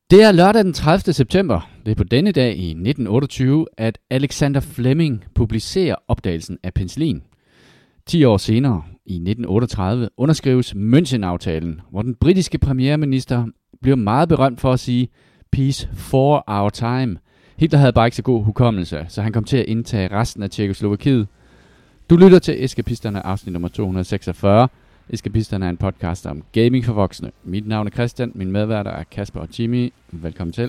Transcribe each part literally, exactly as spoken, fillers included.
Det er lørdag den tredivte september. Det er på denne dag i nitten otteogtyve, at Alexander Fleming publicerer opdagelsen af penicillin. Ti år senere, i nitten otteogtredive, underskrives München-aftalen, hvor den britiske premierminister bliver meget berømt for at sige "Peace for our time". Hitler havde bare ikke så god hukommelse, så han kom til at indtage resten af Tjekkoslovakiet. Du lytter til Eskapisterne, afsnit nummer to hundrede seksogfyrre. Eskapisterne er en podcast om gaming for voksne. Mit navn er Christian, min medværter er Kasper og Jimmy. Velkommen til.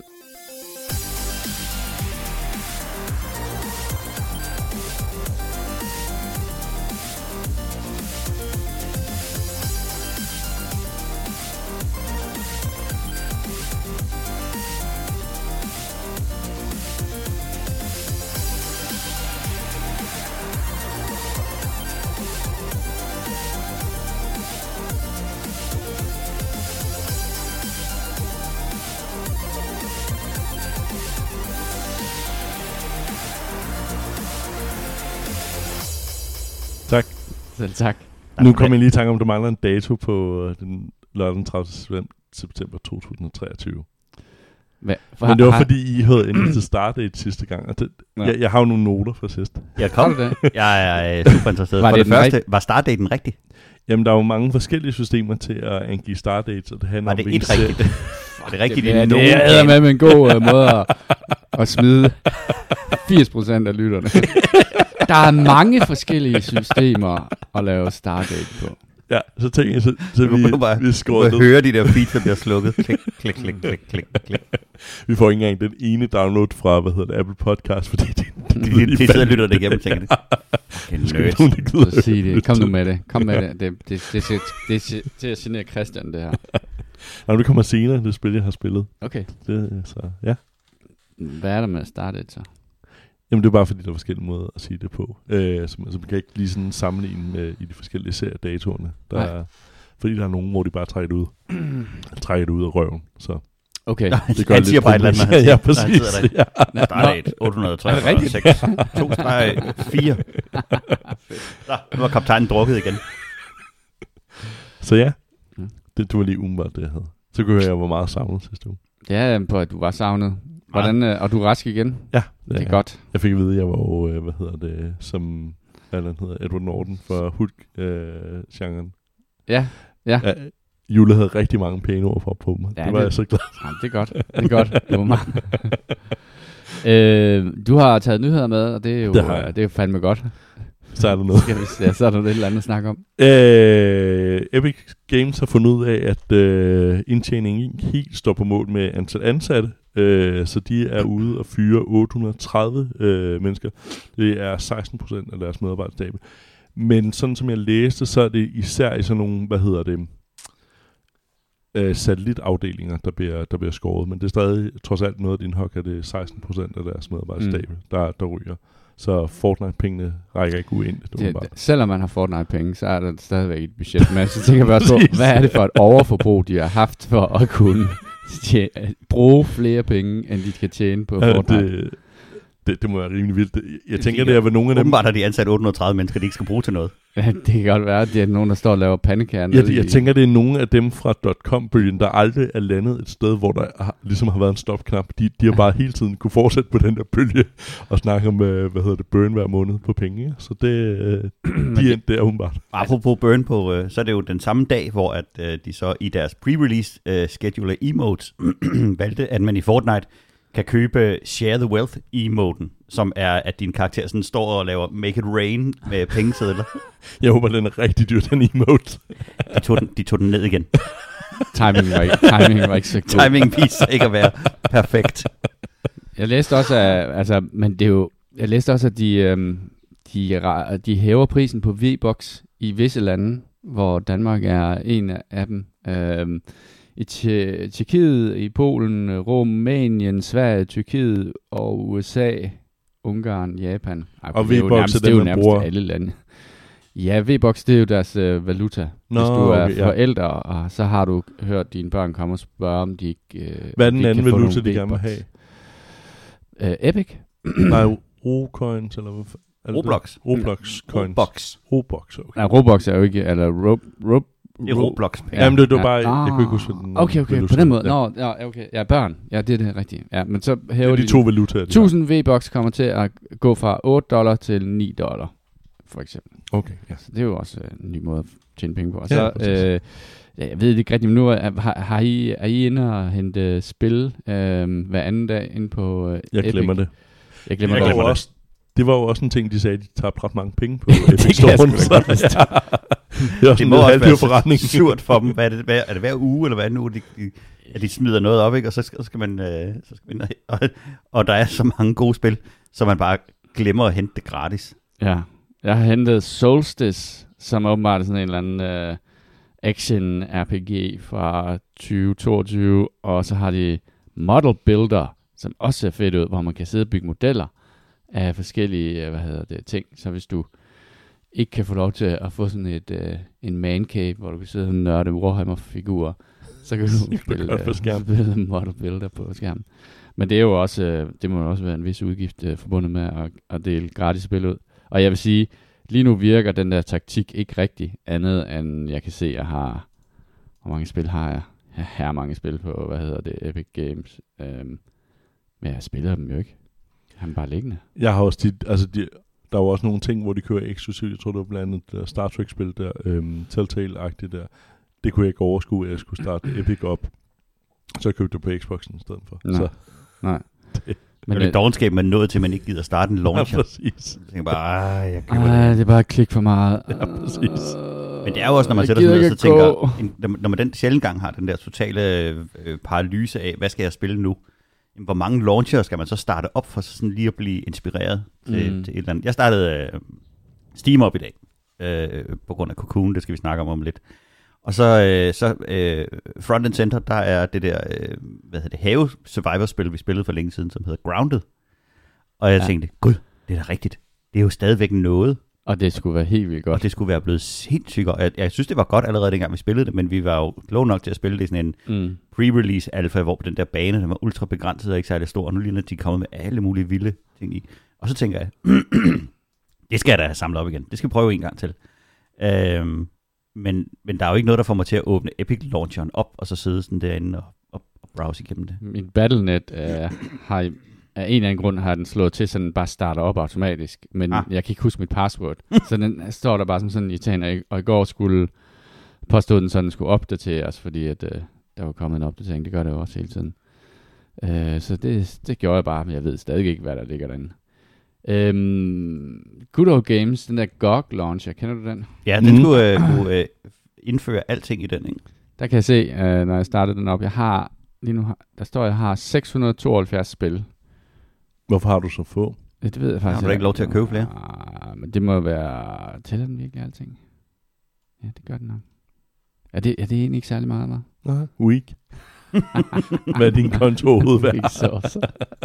Tak. Selv tak. Nu kom jeg lige i tanke om, at der mangler en dato på den lørdag den tredivte september to tusind og treogtyve. Hva? Men det var fordi, I havde endelig til startdate sidste gang. Og det, ja. jeg, jeg har jo nogle noter fra sidst. Jeg kom. det? Jeg er uh, super interesseret. Var For det det, det første, rigt- var startdaten rigtig? Jamen, der er jo mange forskellige systemer til at angive startdates, og det handler Var om, det hvilken et serie- rigtigt? Var det rigtigt? Det, i det, nogen det er plan? med med en god uh, måde at, at smide firs procent af lytterne. Der er mange forskellige systemer at lave startdate på. Ja, så tænker jeg, så, så Du vi, kan bare- vi skruer Du ned. hører de der feeds, der bliver slukket. Klik, klik, klik, klik, klik, klik. Vi får ikke engang den ene download fra, hvad hedder det, Apple Podcast, fordi de, De, de, de sidder og lytter det igennem, tænker de. Okay, Det skal nerds. nogen, der gider Så sig at det. lytte Kom nu til. med det. Kom med det. Det, det, det, det, det, det, det, det er at genere Christian, det her. Nå, det kommer senere, det spil, jeg har spillet. Okay. Det, så, ja. Hvad er der med startdate så? Jamen, det er bare fordi, der er forskellige måder at sige det på. Øh, så, så man kan ikke lige sådan sammenligne med i de forskellige seriedatoerne. Der er, fordi der er nogen, hvor de bare trækker det ud. trækker det ud af røven. Så Okay. det gør Han lidt siger bare et eller andet, problematisk. han Ja, siger. præcis. Der sidder Ja. Startdate otte hundrede og Er det rigtigt? treogfyrre seks. To streg fire. Så, nu var kaptajnen drukket igen. Så ja, Mm. det, det var lige umiddelbart det, jeg havde. Så kunne jeg, jeg var meget savnet sidste uge. Ja, på at du var savnet. Hvordan, øh, og du er rask igen? Ja, Det er godt. Jeg fik at vide, at jeg var jo, øh, hvad hedder det, som hvad han hedder, Edward Norton for Hulk-genren. Ja, ja. Ja, Jule havde rigtig mange pæne ord for på mig. Ja, det var det- jeg så glad. Jamen, det er godt. Det er godt. Det var meget. øh, du har taget nyheder med, og det er jo, Det har jeg. øh, det er jo fandme godt. Så er der noget. Skal vi, ja, så er der et eller andet at snakke om. Øh, Epic Games har fundet ud af, at øh, indtjeningen ikke helt står på mål med antal ansatte, øh, så de er ude og fyre otte hundrede og tredive øh, mennesker. Det er seksten procent af deres medarbejderstab. Men sådan som jeg læste, så er det især i sådan nogle, hvad hedder det, øh, satellitafdelinger, der bliver, der bliver skåret. Men det er stadig, trods alt noget af din hok, er det seksten procent af deres medarbejderstab, mm. der, der ryger. Så Fortnite-pengene rækker ikke uendeligt. Det, åbenbart. det, selvom man har Fortnite-penge, så er der stadigvæk et budget. Men så tænker jeg bare på, hvad er det for et overforbrug, de har haft for at kunne tjene, bruge flere penge, end de kan tjene på Ja, Fortnite? det, det, det må være rimelig vildt. Jeg Det tænker, fik det er ved nogle af dem. Åbenbart har de ansat otte hundrede og tredive mennesker, de ikke skal bruge til noget. Ja, det kan godt være, at det er nogen, der står og laver pandekager. Jeg, nede jeg i- tænker, det er nogle af dem fra dot-com-bølgen, der aldrig er landet et sted, hvor der har, ligesom har været en stopknap. De, de har bare hele tiden kunne fortsætte på den der bølge og snakke om, øh, hvad hedder det, burn hver måned på penge. Ikke? Så det, øh, de endte der åbenbart. Apropos burn på, øh, så er det jo den samme dag, hvor at, øh, de så i deres pre-release øh, schedule af emotes valgte, at man i Fortnite kan købe Share the Wealth emoten, som er, at din karakter sådan står og laver Make it rain med pengesedler. Jeg håber, den er rigtig dyr, den emote. De tog den, de tog den ned igen. Timingen var ikke, timingen var ikke så god. Timing viser ikke at være perfekt. Jeg læste også, at, altså, men det er jo, jeg læste også, at de, øhm, de, ra- de hæver prisen på V-Box i visse lande, hvor Danmark er en af dem. Øhm, I Tje- Tjekkiet, i Polen, Rumænien, Sverige, Tyrkiet og U S A, Ungarn, Japan. Ej, Og det er jo V-Box er nærmest, den, det er jo man nærmest bruger. alle lande. Ja, V-Box, det er jo deres øh, valuta. Nå, Hvis du er okay, ja. forældre, og så har du hørt dine børn komme og spørge, om de ikke øh, Hvad er om den de anden kan få valuta, nogle de gerne vil V-Bucks. have? Øh, Epic? Nej, Rocoins, eller hvad? Er det Roblox. det? Roblox coins. Roblox. Roblox, okay. Nej, Roblox er jo ikke, eller Rob, Rob, Det er Roblox. Ja, Jamen, det var bare... Ja. Jeg kunne ikke huske, den, Okay, okay, på den måde. Nå, ja, okay. Ja, børn. Ja, det er det rigtigt. Ja, men så hæver de, de to valutaer. tusind V-Bucks kommer til at gå fra otte dollar til ni dollar, for eksempel. Okay, ja. Så det er jo også en ny måde at tjene penge på. Og Ja, så, præcis. øh, ja, jeg ved det ikke rigtigt, men nu er, har, har I, er I inde og hente spil øh, hver anden dag inde på øh, Jeg Epic? glemmer det. Jeg glemmer Jeg det. glemmer det. Også, det var jo også en ting, de sagde, de tabte ret mange penge på Epic kan Store. jeg sgu Så, ikke ja. Det er også Det en må også halvdyr være forretning. så surt for dem. Hvad er, det, hvad, er det hver uge, eller hvad nu, de, de, at de smider noget op, ikke? Og så skal, så skal man... Øh, så skal man og, og der er så mange gode spil, så man bare glemmer at hente det gratis. Ja, jeg har hentet Solstice, som åbenbart er sådan en eller anden øh, action-R P G fra tyve toogtyve, og så har de Model Builder, som også ser fedt ud, hvor man kan sidde og bygge modeller af forskellige, øh, hvad hedder det, ting. Så hvis du ikke kan få lov til at få sådan et øh, en man cave, hvor du kan sidde og nørde Warhammer-figurer, så kan du spille, godt på øh, skærmen. spille Model Builder på skærmen. Men det er jo også, øh, det må jo også være en vis udgift øh, forbundet med at, at dele gratis spil ud. Og jeg vil sige, lige nu virker den der taktik ikke rigtig andet, end jeg kan se, at jeg har... Hvor mange spil har jeg? Jeg har mange spil på, hvad hedder det, Epic Games. Øhm, men jeg spiller dem jo ikke. Jeg har dem bare liggende. Jeg har også de, altså de, der er jo også nogle ting, hvor de kører eksklusivt. Jeg tror, det var blandt andet der Star Trek-spil der, øhm, Telltale-agtigt der. Det kunne jeg ikke overskue, at jeg skulle starte Epic op. Så jeg købte det på Xboxen i stedet for. Nej. Så. Nej. Det Men er lidt dogenskab, man nået til, man ikke gider starte en Ja, launcher. præcis. Jeg tænker bare, ej, jeg køber Ej, det. det er bare et klik for meget. Ja, præcis. Men det er jo også, når man Jeg sætter sig gider ned og så ikke tænker, gå. en, når, når man den sjældent gang har den der totale øh, paralyse af, hvad skal jeg spille nu? Jamen, hvor mange launcher skal man så starte op for sådan lige at blive inspireret til, Mm. til et eller andet? Jeg startede øh, Steam op i dag, øh, på grund af Cocoon, det skal vi snakke om om lidt. Og så, øh, så øh, Front and Center, der er det der, øh, hvad hedder det, have-survivor-spil, vi spillede for længe siden, som hedder Grounded. Og jeg Ja. tænkte, gud, det er da rigtigt. Det er jo stadigvæk noget. Og det skulle være helt vildt Og godt. det skulle være blevet sindssygt godt. Jeg, jeg synes, det var godt allerede dengang, vi spillede det, men vi var jo kloge nok til at spille det i sådan en Mm. pre-release alpha, hvor den der bane, den var ultra begrænset og ikke særlig stor, og nu ligner de kommet med alle mulige vilde ting i. Og så tænker jeg, det skal jeg da have samlet op igen. Det skal vi prøve en gang til. Øhm, men, men der er jo ikke noget, der får mig til at åbne Epic Launcheren op, og så sidde sådan derinde og, og, og browse igennem det. Min Battlenet øh, har i- af en eller anden grund har den slået til, så den bare starter op automatisk. Men Ah. ah. jeg kan ikke huske mit password. Så den står der bare som sådan irriterende. Og i- Og i går skulle påstod den, så den skulle opdateres, fordi at, øh, der var kommet en opdatering. Det gør det jo også hele tiden. Øh, så det, det gjorde jeg bare, men jeg ved stadig ikke, hvad der ligger derinde. Øhm, Good Old Games, den der G O G launcher, kender du den? Ja, den Mm. skulle øh, kunne øh, indføre alting i den, ikke? Der kan jeg se, øh, når jeg startede den op, jeg har, lige nu, har, der står, jeg har seks hundrede og tooghalvfjerds spil. Hvorfor har du så få? Ja, det ved jeg faktisk Har du ikke lov til at købe flere? Ah, men det må være... Tæller den virkelig alting? Ja, det gør den nok. Er det, er det egentlig ikke særlig meget, hva'? Nej. Week. Hvad er din konto overhovedet værd? Ikke så også.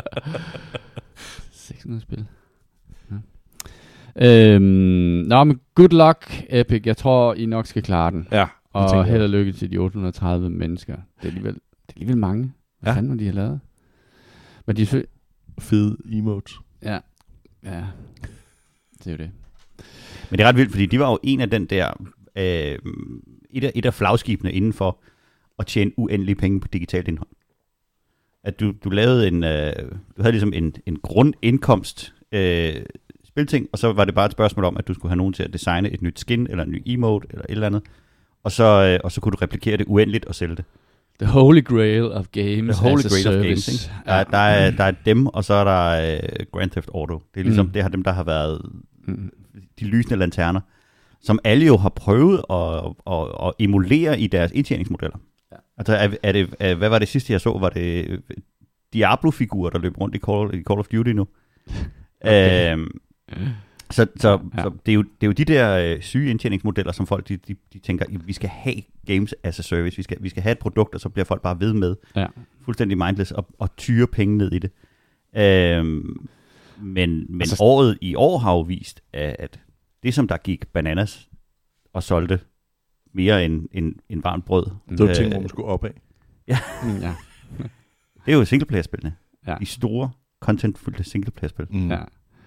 seks hundrede spil. Ja. Øhm, nå, men good luck, Epic. Jeg tror, I nok skal klare den. Ja, det Og tænker held jeg. og lykke til de otte hundrede og tredive mennesker. Det er alligevel, det er alligevel mange. Hvad Ja. fanden har de har lavet? Men de er selvfølgelig... Fede emotes. Ja. Ja. Det er jo det. Men det er ret vildt, fordi de var jo en af den der, øh, et, af, et af flagskibene inden for at tjene uendelige penge på digitalt indhold. At du, du lavede en, øh, du havde ligesom en, en grundindkomst øh, spilting, og så var det bare et spørgsmål om, at du skulle have nogen til at designe et nyt skin, eller en ny emote, eller et eller andet. Og så, øh, og så kunne du replikere det uendeligt og sælge det. The Holy Grail of Games The Holy as a Grail of service. Games, ikke? Der, er- der, er, der er dem, og så er der øh, Grand Theft Auto. Det er ligesom, Mm. det har dem, der har været Mm. de lysende lanterner, som alle jo har prøvet at, at, at emulere i deres indtjeningsmodeller. Ja. Altså, er, er det, er, hvad var det sidste, jeg så? Var det Diablo-figurer, der løb rundt i Call, i Call of Duty nu? Okay. Øhm, så så, Ja. så det, er jo, det er jo de der øh, syge indtjeningsmodeller, som folk de, de, de tænker, vi skal have games as a service, vi skal, vi skal have et produkt, og så bliver folk bare ved med, Ja. fuldstændig mindless, og, og tyre penge ned i det. Øhm, men men Altså- året i år har jo vist, at at det, som der gik bananas og solgte mere end, end, end varmt brød, Det var Øh, ting, hvor man skulle opad. Mm, ja. det er jo singleplayer-spillene. Ja. De store, contentfulde singleplayer-spil. Mm. Ja.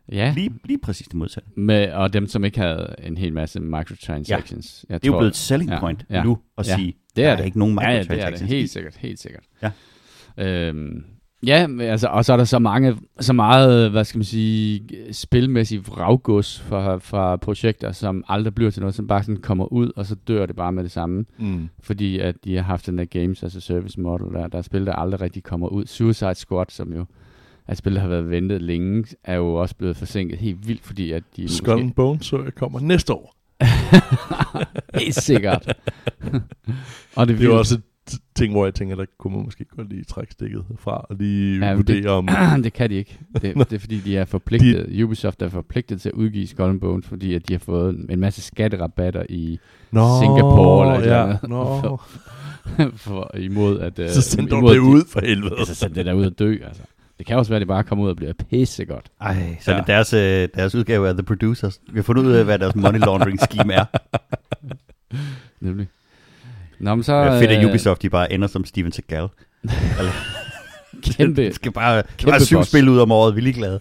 Ja. Lige, lige præcis det modsatte. Med, og dem, som ikke havde en hel masse microtransactions. Ja. Jeg det er tror, jo blevet et selling point ja, ja, nu at ja, sige, det er der er det. ikke nogen Ja, ja, microtransactions. det er det. Helt sikkert, helt sikkert. Ja. Øhm, ja, altså, og så er der så mange, så meget, hvad skal man sige, spilmæssigt vraggods fra, fra projekter, som aldrig bliver til noget, som bare sådan kommer ud, og så dør det bare med det samme. Mm. Fordi at de har haft den der games as a service model, der, der er spil, der aldrig rigtig kommer ud. Suicide Squad, som jo er et spil, der har været ventet længe, er jo også blevet forsinket helt vildt, fordi at de Skull måske... and Bones, så jeg kommer næste år. Helt sikkert. Og det, det er jo også et ting, hvor jeg tænker, der kunne man måske godt lige trække stikket fra, og lige ja, vurdere det, om... det kan de ikke. Det, det er fordi, de er forpligtet, de, Ubisoft er forpligtet til at udgive Skull and Bones, fordi at de har fået en masse skatterabatter i Nå, Singapore, eller et ja, eller andet, nå. for, for, imod at... Så send imod, det ud for helvede. Ja, så send det der ud at dø, altså. Det kan også være, at det bare kommer ud og bliver pissegodt. Ej, så ja. Det er deres, øh, deres udgave af The Producers. Vi har fundet ud af, hvad deres money laundering scheme er. Nemlig. Nå, men så... Ja, fedt, at øh, Ubisoft, de bare ender som Steven Seagal. Eller, kæmpe, det skal bare, kæmpe bare syv boss. spil ud om året, vi er ligeglade.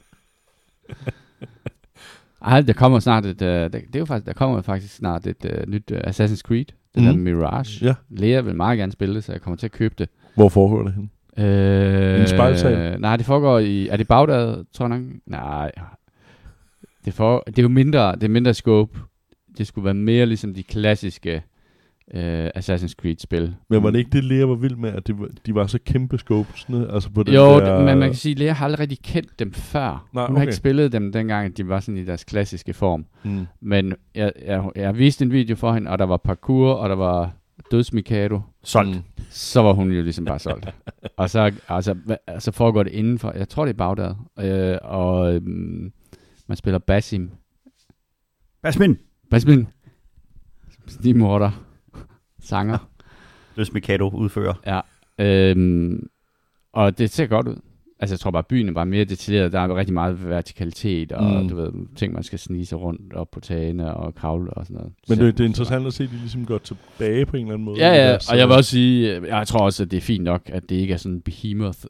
Ej, der kommer snart et... Uh, det, det er jo faktisk, der kommer faktisk snart et uh, nyt uh, Assassin's Creed. Det Mm. der Mirage. Ja. Lea vil meget gerne spille det, så jeg kommer til at købe det. Hvor foregår det hen? Øh, En spejlsal? Nej, det foregår i... Er det Bagdad, tror jeg nok? Nej. Det, for, det er jo mindre, det er mindre scope. Det skulle være mere ligesom de klassiske øh, Assassin's Creed-spil. Men var det ikke det, Lea var vild med, at det var, de var så kæmpe scopesne? Altså på den Jo, der... det, men man kan sige, at Lea har aldrig rigtig kendt dem før. Nej, Hun okay. har ikke spillet dem dengang, de var sådan i deres klassiske form. Mm. Men jeg, jeg, jeg viste en video for hende, og der var parkour, og der var dødsmikado. Solgt. Mm. Så var hun jo ligesom bare solgt. Og så altså, hva- så foregår det indenfor, jeg tror det er Bagdad, øh, og øh, man spiller Basim. Basmin. Basim. Snigmorder. Sanger. Løs Mikado udfører. Ja. Øhm, og det ser godt ud. Altså jeg tror bare, byen er bare mere detaljeret. Der er rigtig meget vertikalitet, og Mm. du ved, ting man skal snige sig rundt op på tagene og kravle og sådan noget. Men Så- det, det er interessant at se, at de ligesom går tilbage på en eller anden måde. Ja, ja, Deres, og jeg vil øh, også sige, jeg tror også, at det er fint nok, at det ikke er sådan en behemoth,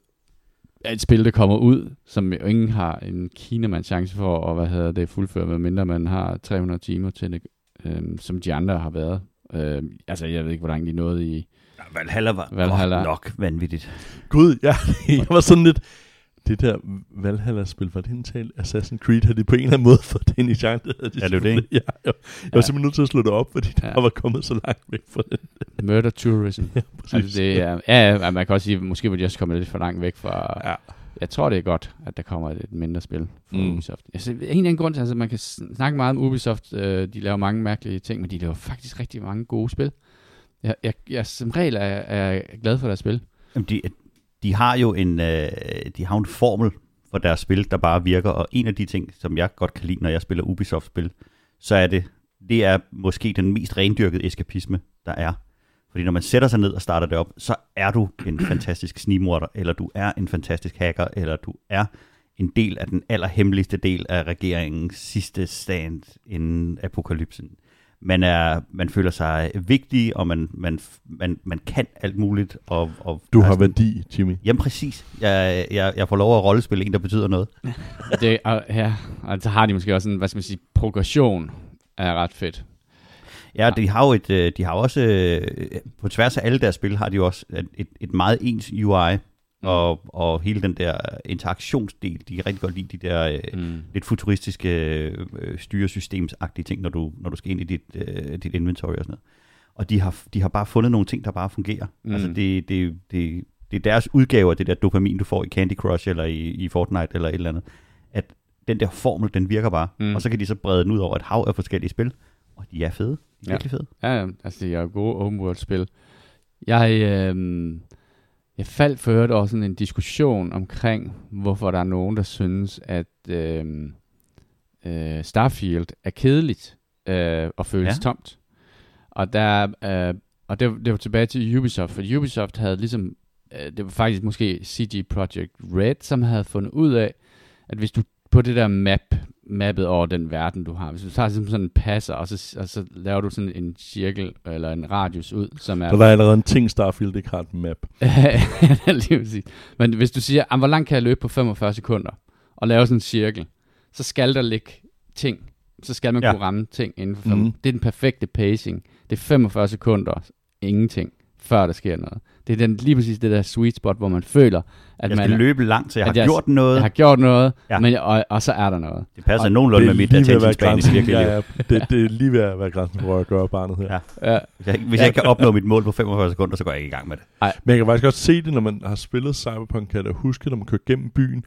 et spil, der kommer ud, som jo ingen har en kinamands chance for, og hvad hedder det, fuldføre, medmindre man har tre hundrede timer til det, øhm, som de andre har været. Øhm, altså, jeg ved ikke, hvor langt de nåede i... Ja, Valhalla var Valhalla. godt nok vanvittigt. Gud, ja, jeg var sådan lidt... Det der Valhalla-spil, var det en tal Assassin's Creed, havde de på en eller anden måde fået det ind i genre. Det havde de Ja, det er jo det, ikke? Ja, jeg, jeg var Ja. simpelthen nødt til at slå det op, fordi Ja. der var kommet så langt væk fra det. Murder tourism. Ja, præcis. Altså, det er, ja, ja, man kan også sige, måske var de også kommet lidt for langt væk fra... Ja. Jeg tror, det er godt, at der kommer et mindre spil fra Mm. Ubisoft. Altså, en eller anden grund til, altså, man kan snakke meget om Ubisoft. Øh, de laver mange mærkelige ting, men de laver faktisk rigtig mange gode spil. Jeg, jeg, jeg som regel er, er jeg glad for deres spil. Jamen, de, de har jo en, øh, de har en formel for deres spil, der bare virker, og en af de ting, som jeg godt kan lide, når jeg spiller Ubisoft-spil, så er det, det er måske den mest rendyrkede eskapisme, der er. Fordi når man sætter sig ned og starter det op, så er du en fantastisk snigmorder, eller du er en fantastisk hacker, eller du er en del af den allerhemmeligste del af regeringens sidste stand inden apokalypsen. Man, er, man føler sig vigtig, og man, man, man, man kan alt muligt. Og, og Du har sådan- værdi, Jimmy. Jamen præcis. Jeg, jeg, jeg får lov at rollespille en, der betyder noget. Det, og, ja, og så har de måske også en, hvad skal man sige, progression er ret fedt. Ja, de har jo et, øh, de har også, øh, på tværs af alle deres spil, har de jo også et, et, et meget ens U I, og, og hele den der interaktionsdel, de kan rigtig godt lide de der øh, Mm. lidt futuristiske øh, styresystemsagtige ting, når du, når du skal ind i dit, øh, dit inventory og sådan noget. Og de har, de har bare fundet nogle ting, der bare fungerer. Mm. Mm. Altså det, det, det, det er deres udgave af det der dopamin, du får i Candy Crush eller i, i Fortnite eller et eller andet. At den der formel, den virker bare. Mm. Mm. Og så kan de så brede den ud over et hav af forskellige spil. Og de er fede. De er Ja. virkelig fede. Ja, ja, altså det er jo gode open world spil. Jeg, øh, jeg faldt for øvrigt over sådan en diskussion omkring, hvorfor der er nogen, der synes, at øh, øh, Starfield er kedeligt øh, og føles Ja. tomt. Og der, øh, og det, det var tilbage til Ubisoft, for Ubisoft havde ligesom, øh, det var faktisk måske C G Projekt Red, som havde fundet ud af, at hvis du på det der map, mappet over den verden, du har, hvis du tager sådan en passer, og så, og så laver du sådan en cirkel, eller en radius ud, som er... Så der er allerede en ting, Starfield ikke har et map. Lige præcis. Men hvis du siger, hvor langt kan jeg løbe på femogfyrre sekunder, og lave sådan en cirkel, så skal der ligge ting. Så skal man Ja. kunne ramme ting inden for fem. Mhm. Det er den perfekte pacing. Det er femogfyrre sekunder, ingenting, før der sker noget. Det er den, lige præcis det der sweet spot, hvor man føler, at Jeg man skal løbe langt, så jeg har at jeg- gjort noget. jeg har gjort noget, Ja. ja. men, og, og så er der noget. Det passer og nogenlunde med Det er mit lige ved at være attention span i det grænsen. virkelige liv. Ja, ja. Det, det er lige ved at være grænsen for at gøre barnet her. Ja. Ja. Hvis jeg, hvis jeg ikke kan opnå mit mål på femogfyrre sekunder, så går jeg ikke i gang med det. Men jeg kan faktisk godt se det, når man har spillet Cyberpunk, kan jeg da huske, når man kørte gennem byen,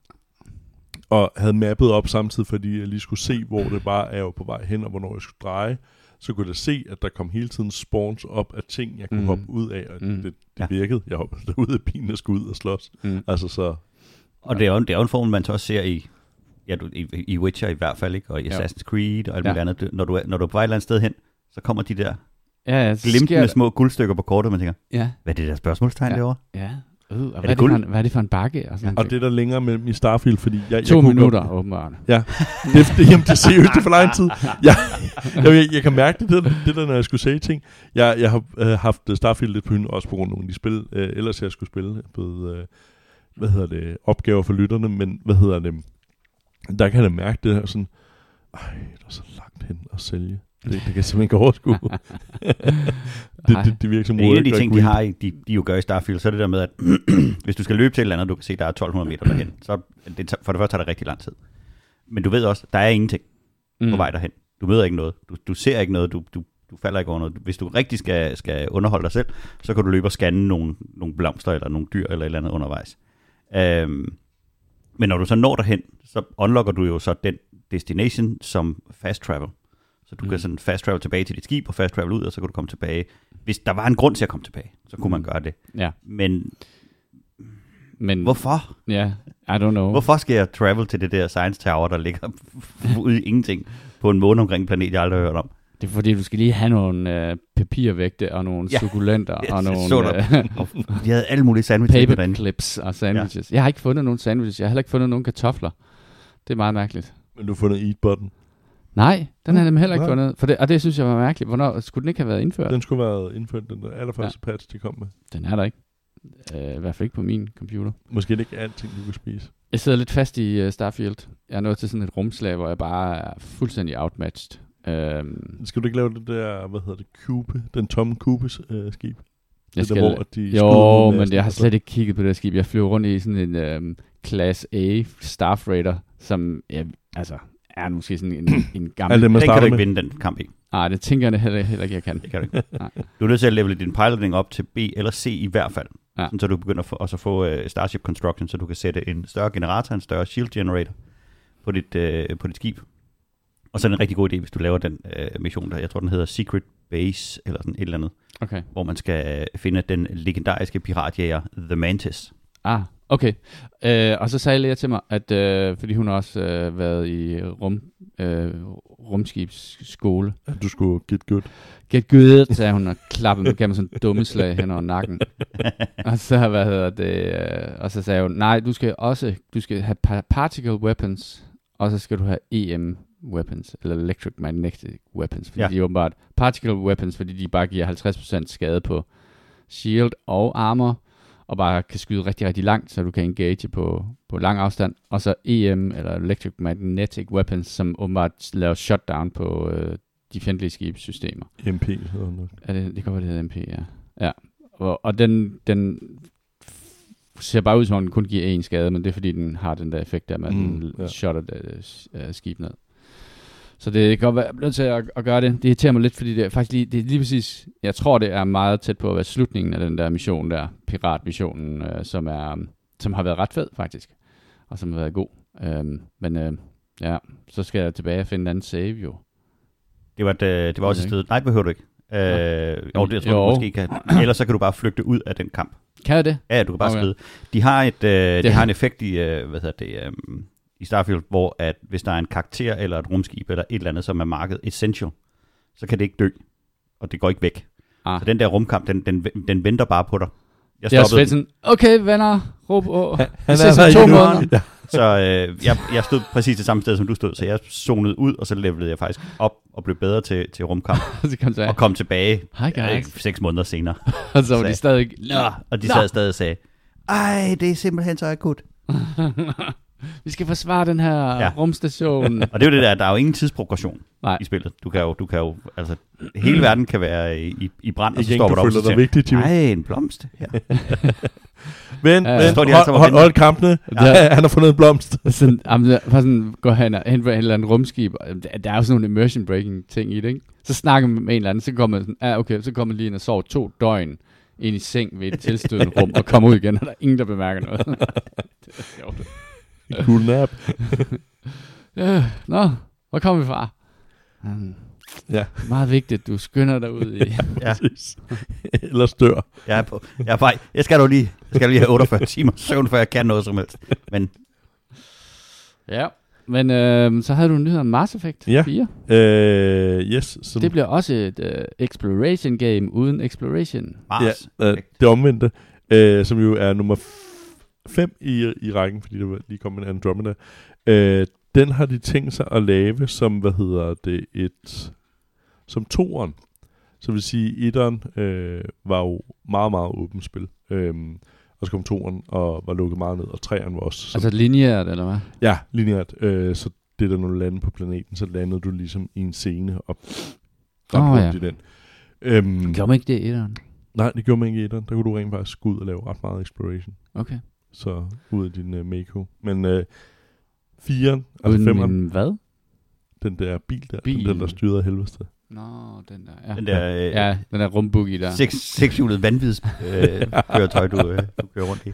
og havde mappet op samtidig, fordi jeg lige skulle se, hvor det bare er jo på vej hen, og hvornår jeg skulle dreje, så kunne jeg se, at der kom hele tiden spawns op af ting, jeg kunne Mm. hoppe ud af, og Mm. det, det Ja. virkede. Jeg hoppede ud af bilen og skulle ud og slås. Mm. Altså så... Og det er jo, det er jo en form, man så også ser i, ja, du, i, i Witcher i hvert fald, ikke? Og i Ja. Assassin's Creed og alt Ja. muligt andet. Når du, er, når du er på vej et eller andet sted hen, så kommer de der Ja, ja, så sker glimtende der- små guldstykker på kortet, og man tænker, Ja, hvad er det der spørgsmålstegn Ja. derovre? ja. Uh, og hvad, er det det for guld? en, hvad er det for en bakke? Og, sådan Og det er der længere mellem i Starfield, fordi... Jeg, to jeg kunne minutter, Godt, åbenbart. ja, det, det, jamen, det ser ud til for lang tid. Jeg, jeg, jeg, jeg kan mærke det, det, det der, når jeg skulle sige ting. Jeg, jeg har øh, haft Starfield lidt på hende, også på grund af nogle af de spil, øh, ellers jeg skulle spille. På, øh, hvad hedder det? Opgaver for lytterne, men hvad hedder det? Der kan jeg mærke det her sådan... Ej, der er så langt hen at sælge. Det, det kan jeg simpelthen ikke overskue. det, det, det virker som Men en af de work ting, like de weed. har, i, de, de jo gør i Starfield, så er det der med, at hvis du skal løbe til et eller andet, du kan se, der er tolv hundrede meter derhen, så det, for det første tager det rigtig lang tid. Men du ved også, der er ingenting Mm. på vej derhen. Du møder ikke noget. Du, du ser ikke noget. Du, du, du falder ikke over noget. Hvis du rigtig skal, skal underholde dig selv, så kan du løbe og scanne nogle, nogle blomster eller nogle dyr eller et eller andet undervejs. Øhm, men når du så når derhen, så unlocker du jo så den destination som fast travel. Så du mm. kan sådan fast travel tilbage til dit skib og fast travel ud, og så kan du komme tilbage. Hvis der var en grund til at komme tilbage, så kunne man gøre det. Ja, Men men... hvorfor? Ja, I don't know. Hvorfor skal jeg travel til det der Science Tower, der ligger ude i ingenting på en måne omkring en planet, jeg aldrig har hørt om? Det er fordi, du skal lige have nogle øh, papirvægte og nogle Ja. sukulenter Jeg og nogle så der. øh, Og de havde alle mulige sandwiches derinde. paperclips og sandwiches. Ja. Jeg har ikke fundet nogen sandwiches. Jeg har heller ikke fundet nogen kartofler. Det er meget mærkeligt. Men du har fundet eat-button. Nej, den har jeg nemlig heller ikke Nej. fundet. For det, og det synes jeg var mærkeligt. Hvornår skulle den ikke have været indført? Den skulle være indført, den der allerførste ja. patch, de kom med. Den er der ikke. Uh, I hvert fald ikke på min computer. Måske er det ikke alting, du kan spise. Jeg sidder lidt fast i uh, Starfield. Jeg er nået til sådan et rumslag, hvor jeg bare er fuldstændig outmatched. Um, Skal du ikke lave det der, hvad hedder det, Cube, den tomme Cubes øh, skib? jeg det skal, der, hvor de skyder jo, ud med men jeg har næsten, slet ikke kigget på det her skib. Jeg flyver rundt i sådan en um, Class A Star Freighter, som ja, altså, er måske sådan en, en gammel... Alt det, man Den kan starter du ikke med. vinde den kamp i. Nej, det tænker jeg heller, heller ikke, jeg kan. Det kan du ikke. Nej. Du er nødt til at levele din piloting op til B eller C i hvert fald. Ja. Sådan, så du begynder for, også at få uh, Starship Construction, så du kan sætte en større generator, en større shield generator på dit, uh, på dit skib. Og så er det en rigtig god idé, hvis du laver den uh, mission der. Jeg tror, den hedder Secret Base, eller sådan et eller andet. Okay. Hvor man skal uh, finde den legendariske piratjæger The Mantis. Ah, okay. Øh, og så sagde Lea til mig, at øh, fordi hun har også øh, været i rum, øh, rumskibsskole. At du skulle get good. Get good, sagde hun, og klappede, gav mig sådan en dumme slag hen over nakken. Og så, hvad hedder det, øh, og så sagde hun, nej, du skal også, du skal have pa- particle weapons, og så skal du have E M weapons, eller electric magnetic weapons, fordi Ja. ja. de er åbenbart particle weapons, fordi de bare giver halvtreds procent skade på shield og armor, og bare kan skyde rigtig, rigtig langt, så du kan engage på, på lang afstand. Og så E M, eller Electric Magnetic Weapons, som åbenbart laver shutdown på øh, de fjendtlige skibssystemer. M P. Hedder den. Er det, det kan være, det hedder M P, ja. ja. Og, og den, den ser bare ud, som om den kun giver én skade, men det er, fordi den har den der effekt der, med Mm, mm, den ja. shutter det, uh, skib ned. Så det kan godt være, jeg er nødt til at, at gøre det. Det irriterer mig lidt, fordi det er faktisk lige, det er lige præcis, jeg tror, det er meget tæt på at være slutningen af den der mission der, piratmissionen, øh, som, er, som har været ret fed faktisk, og som har været god. Øhm, men øh, ja, så skal jeg tilbage og finde en anden save jo. Det var, et, øh, det var også et Okay. sted. Nej, det behøver du ikke. Øh, jo, det jeg tror Jo. du måske kan. Ellers så kan du bare flygte ud af den kamp. Kan jeg det? Ja, du kan bare Okay. skride. De har et, øh, de Det- har en effekt i, øh, hvad hedder det, øh, i Starfield, hvor at hvis der er en karakter eller et rumskib eller et eller andet, som er market essential, så kan det ikke dø, og det går ikke væk. Ah. Så den der rumkamp, den, den, den venter bare på dig. Jeg Jeg er stoppede sådan, okay venner, råb, åh, vi Han ses er om der to endnu. måneder. Ja. Så øh, jeg, jeg stod præcis det samme sted, som du stod, så jeg zonede ud, og så levelede jeg faktisk op og blev bedre til, til rumkamp, Og så kom jeg og kom tilbage Hi guys. øh, seks måneder senere. Og så var de sagde- stadig, Nå, og de sad stadig og sagde, ej, det er simpelthen så akut. Vi skal forsvare den her Ja. rumstation. Og det er jo det der, der er jo ingen tidsprogression Nej. i spillet. Du kan jo, du kan jo, altså, hele verden kan være i, i brand, og så Igen, står du der op, føler så dig vigtig, Jimmy. nej, en blomst. Ja. Men, Ja, ja. men Står de hold, altså og hold, venter. hold kampene. Ja. Ja. Han har fundet en blomst. Sådan, jamen, der- for sådan går han hen på en eller anden rumskib, og der, der er jo sådan nogle immersion breaking ting i det, ikke? Så snakker man med en eller anden, så kommer man sådan, ah, okay, så kommer man lige ind og sover to døgn ind i seng ved et tilstødende rum, og kommer ud igen, og der er ingen, der bemærker noget. Det er sjovt. Cool nap. Ja, nå, hvor kommer vi fra? Um, Ja, meget vigtigt, du skynder dig ud i. Ja. præcis. Ellers dør. Jeg er på, jeg er på, jeg skal dog lige, jeg skal lige have otteogfyrre timer søvn, før jeg kan noget som helst. Men Ja, men øh, så havde du en nyhed om Mass Effect Ja. fire. Øh, yes. Som, Det bliver også et øh, exploration game uden exploration. Mars. Ja, øh, det omvendte, øh, som jo er nummer fem i, i rækken, fordi der var lige kom en Andromeda. Øh, den har de tænkt sig at lave som, hvad hedder det, et, som toeren. Så vil sige, etteren øh, var jo meget, meget åbent spil. Øhm, og så kom toeren og var lukket meget ned, og treeren var også... Altså lineært, eller hvad? Ja, lineært. Øh, så det der, når du landede på planeten, så landede du ligesom i en scene og Åh, ramte ja. rundt i den. Øhm, Gjorde man ikke det i etteren? nej, det gjorde man ikke i etteren. Der kunne du rent faktisk gå ud og lave ret meget exploration. Okay. Så ud af din uh, Mako. Men uh, firen, altså Uden femeren, min hvad? den der bil der, Bil. den der, der styrede af helvede. Nå, den der. Ja, Den der, øh, ja den der rumboogie der. Seks, sekshjulet vanvids øh, køretøj, du, øh, du kører rundt i.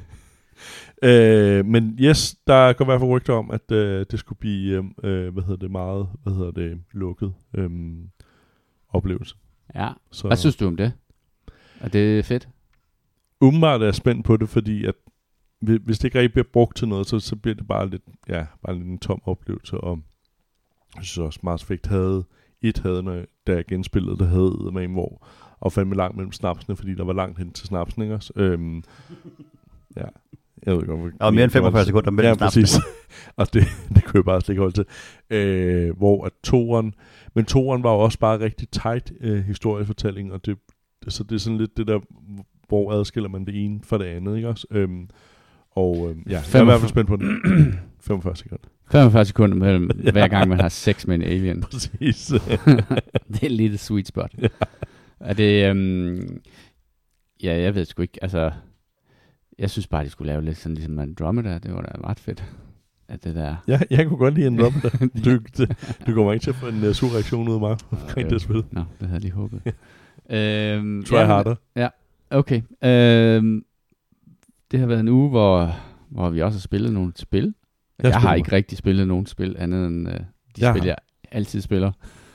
Øh, men yes, der går i hvert fald rygter om, at øh, det skulle blive, øh, hvad hedder det, meget, hvad hedder det, lukket øh, oplevelse. Ja. Så Hvad synes du om det? Er det fedt? umiddelbart er jeg spændt på det, fordi at hvi- hvis det ikke rigtig bliver brugt til noget, så, så bliver det bare lidt, ja, bare lidt en tom oplevelse. Og jeg synes også, Mass Effect havde, et havde, når jeg, da jeg genspillede, der havde med en, hvor og fandme langt mellem snapsene, fordi der var langt hen til snapsen, ikke også? Øhm, ja, jeg ved ikke, hvor... Og mere end femogfyrre sekunder mellem Ja, snapsene. præcis. Og det, det kunne jeg bare slet ikke holde til. Øh, hvor at toeren... Men toeren var jo også bare rigtig tight øh, historiefortælling, og det, så det er sådan lidt det der, hvor adskiller man det ene fra det andet, ikke også? Øhm, og øhm, ja, jeg er i hvert fald spændt på den. femogfyrre sekunder. femogfyrre sekunder mellem hver gang, man har sex med en alien. Præcis. Det er lidt et sweet spot. Ja. Er det... Um, ja, jeg ved sgu ikke. Altså, jeg synes bare, de skulle lave lidt sådan ligesom Andromeda. Det var da ret fedt. At det der... Ja, jeg kunne godt lide en Andromeda. Du, det, du kommer ikke til at få en uh, sur reaktion ud af mig omkring det spil. Nå, det havde jeg lige håbet. øhm, Try ja, harder. Okay. Øhm, det har været en uge, hvor, hvor vi også har spillet nogle spil. Jeg, Jeg jeg har spiller. ikke rigtig spillet nogen spil, andet end uh, de Jeg spil, har. jeg altid spiller.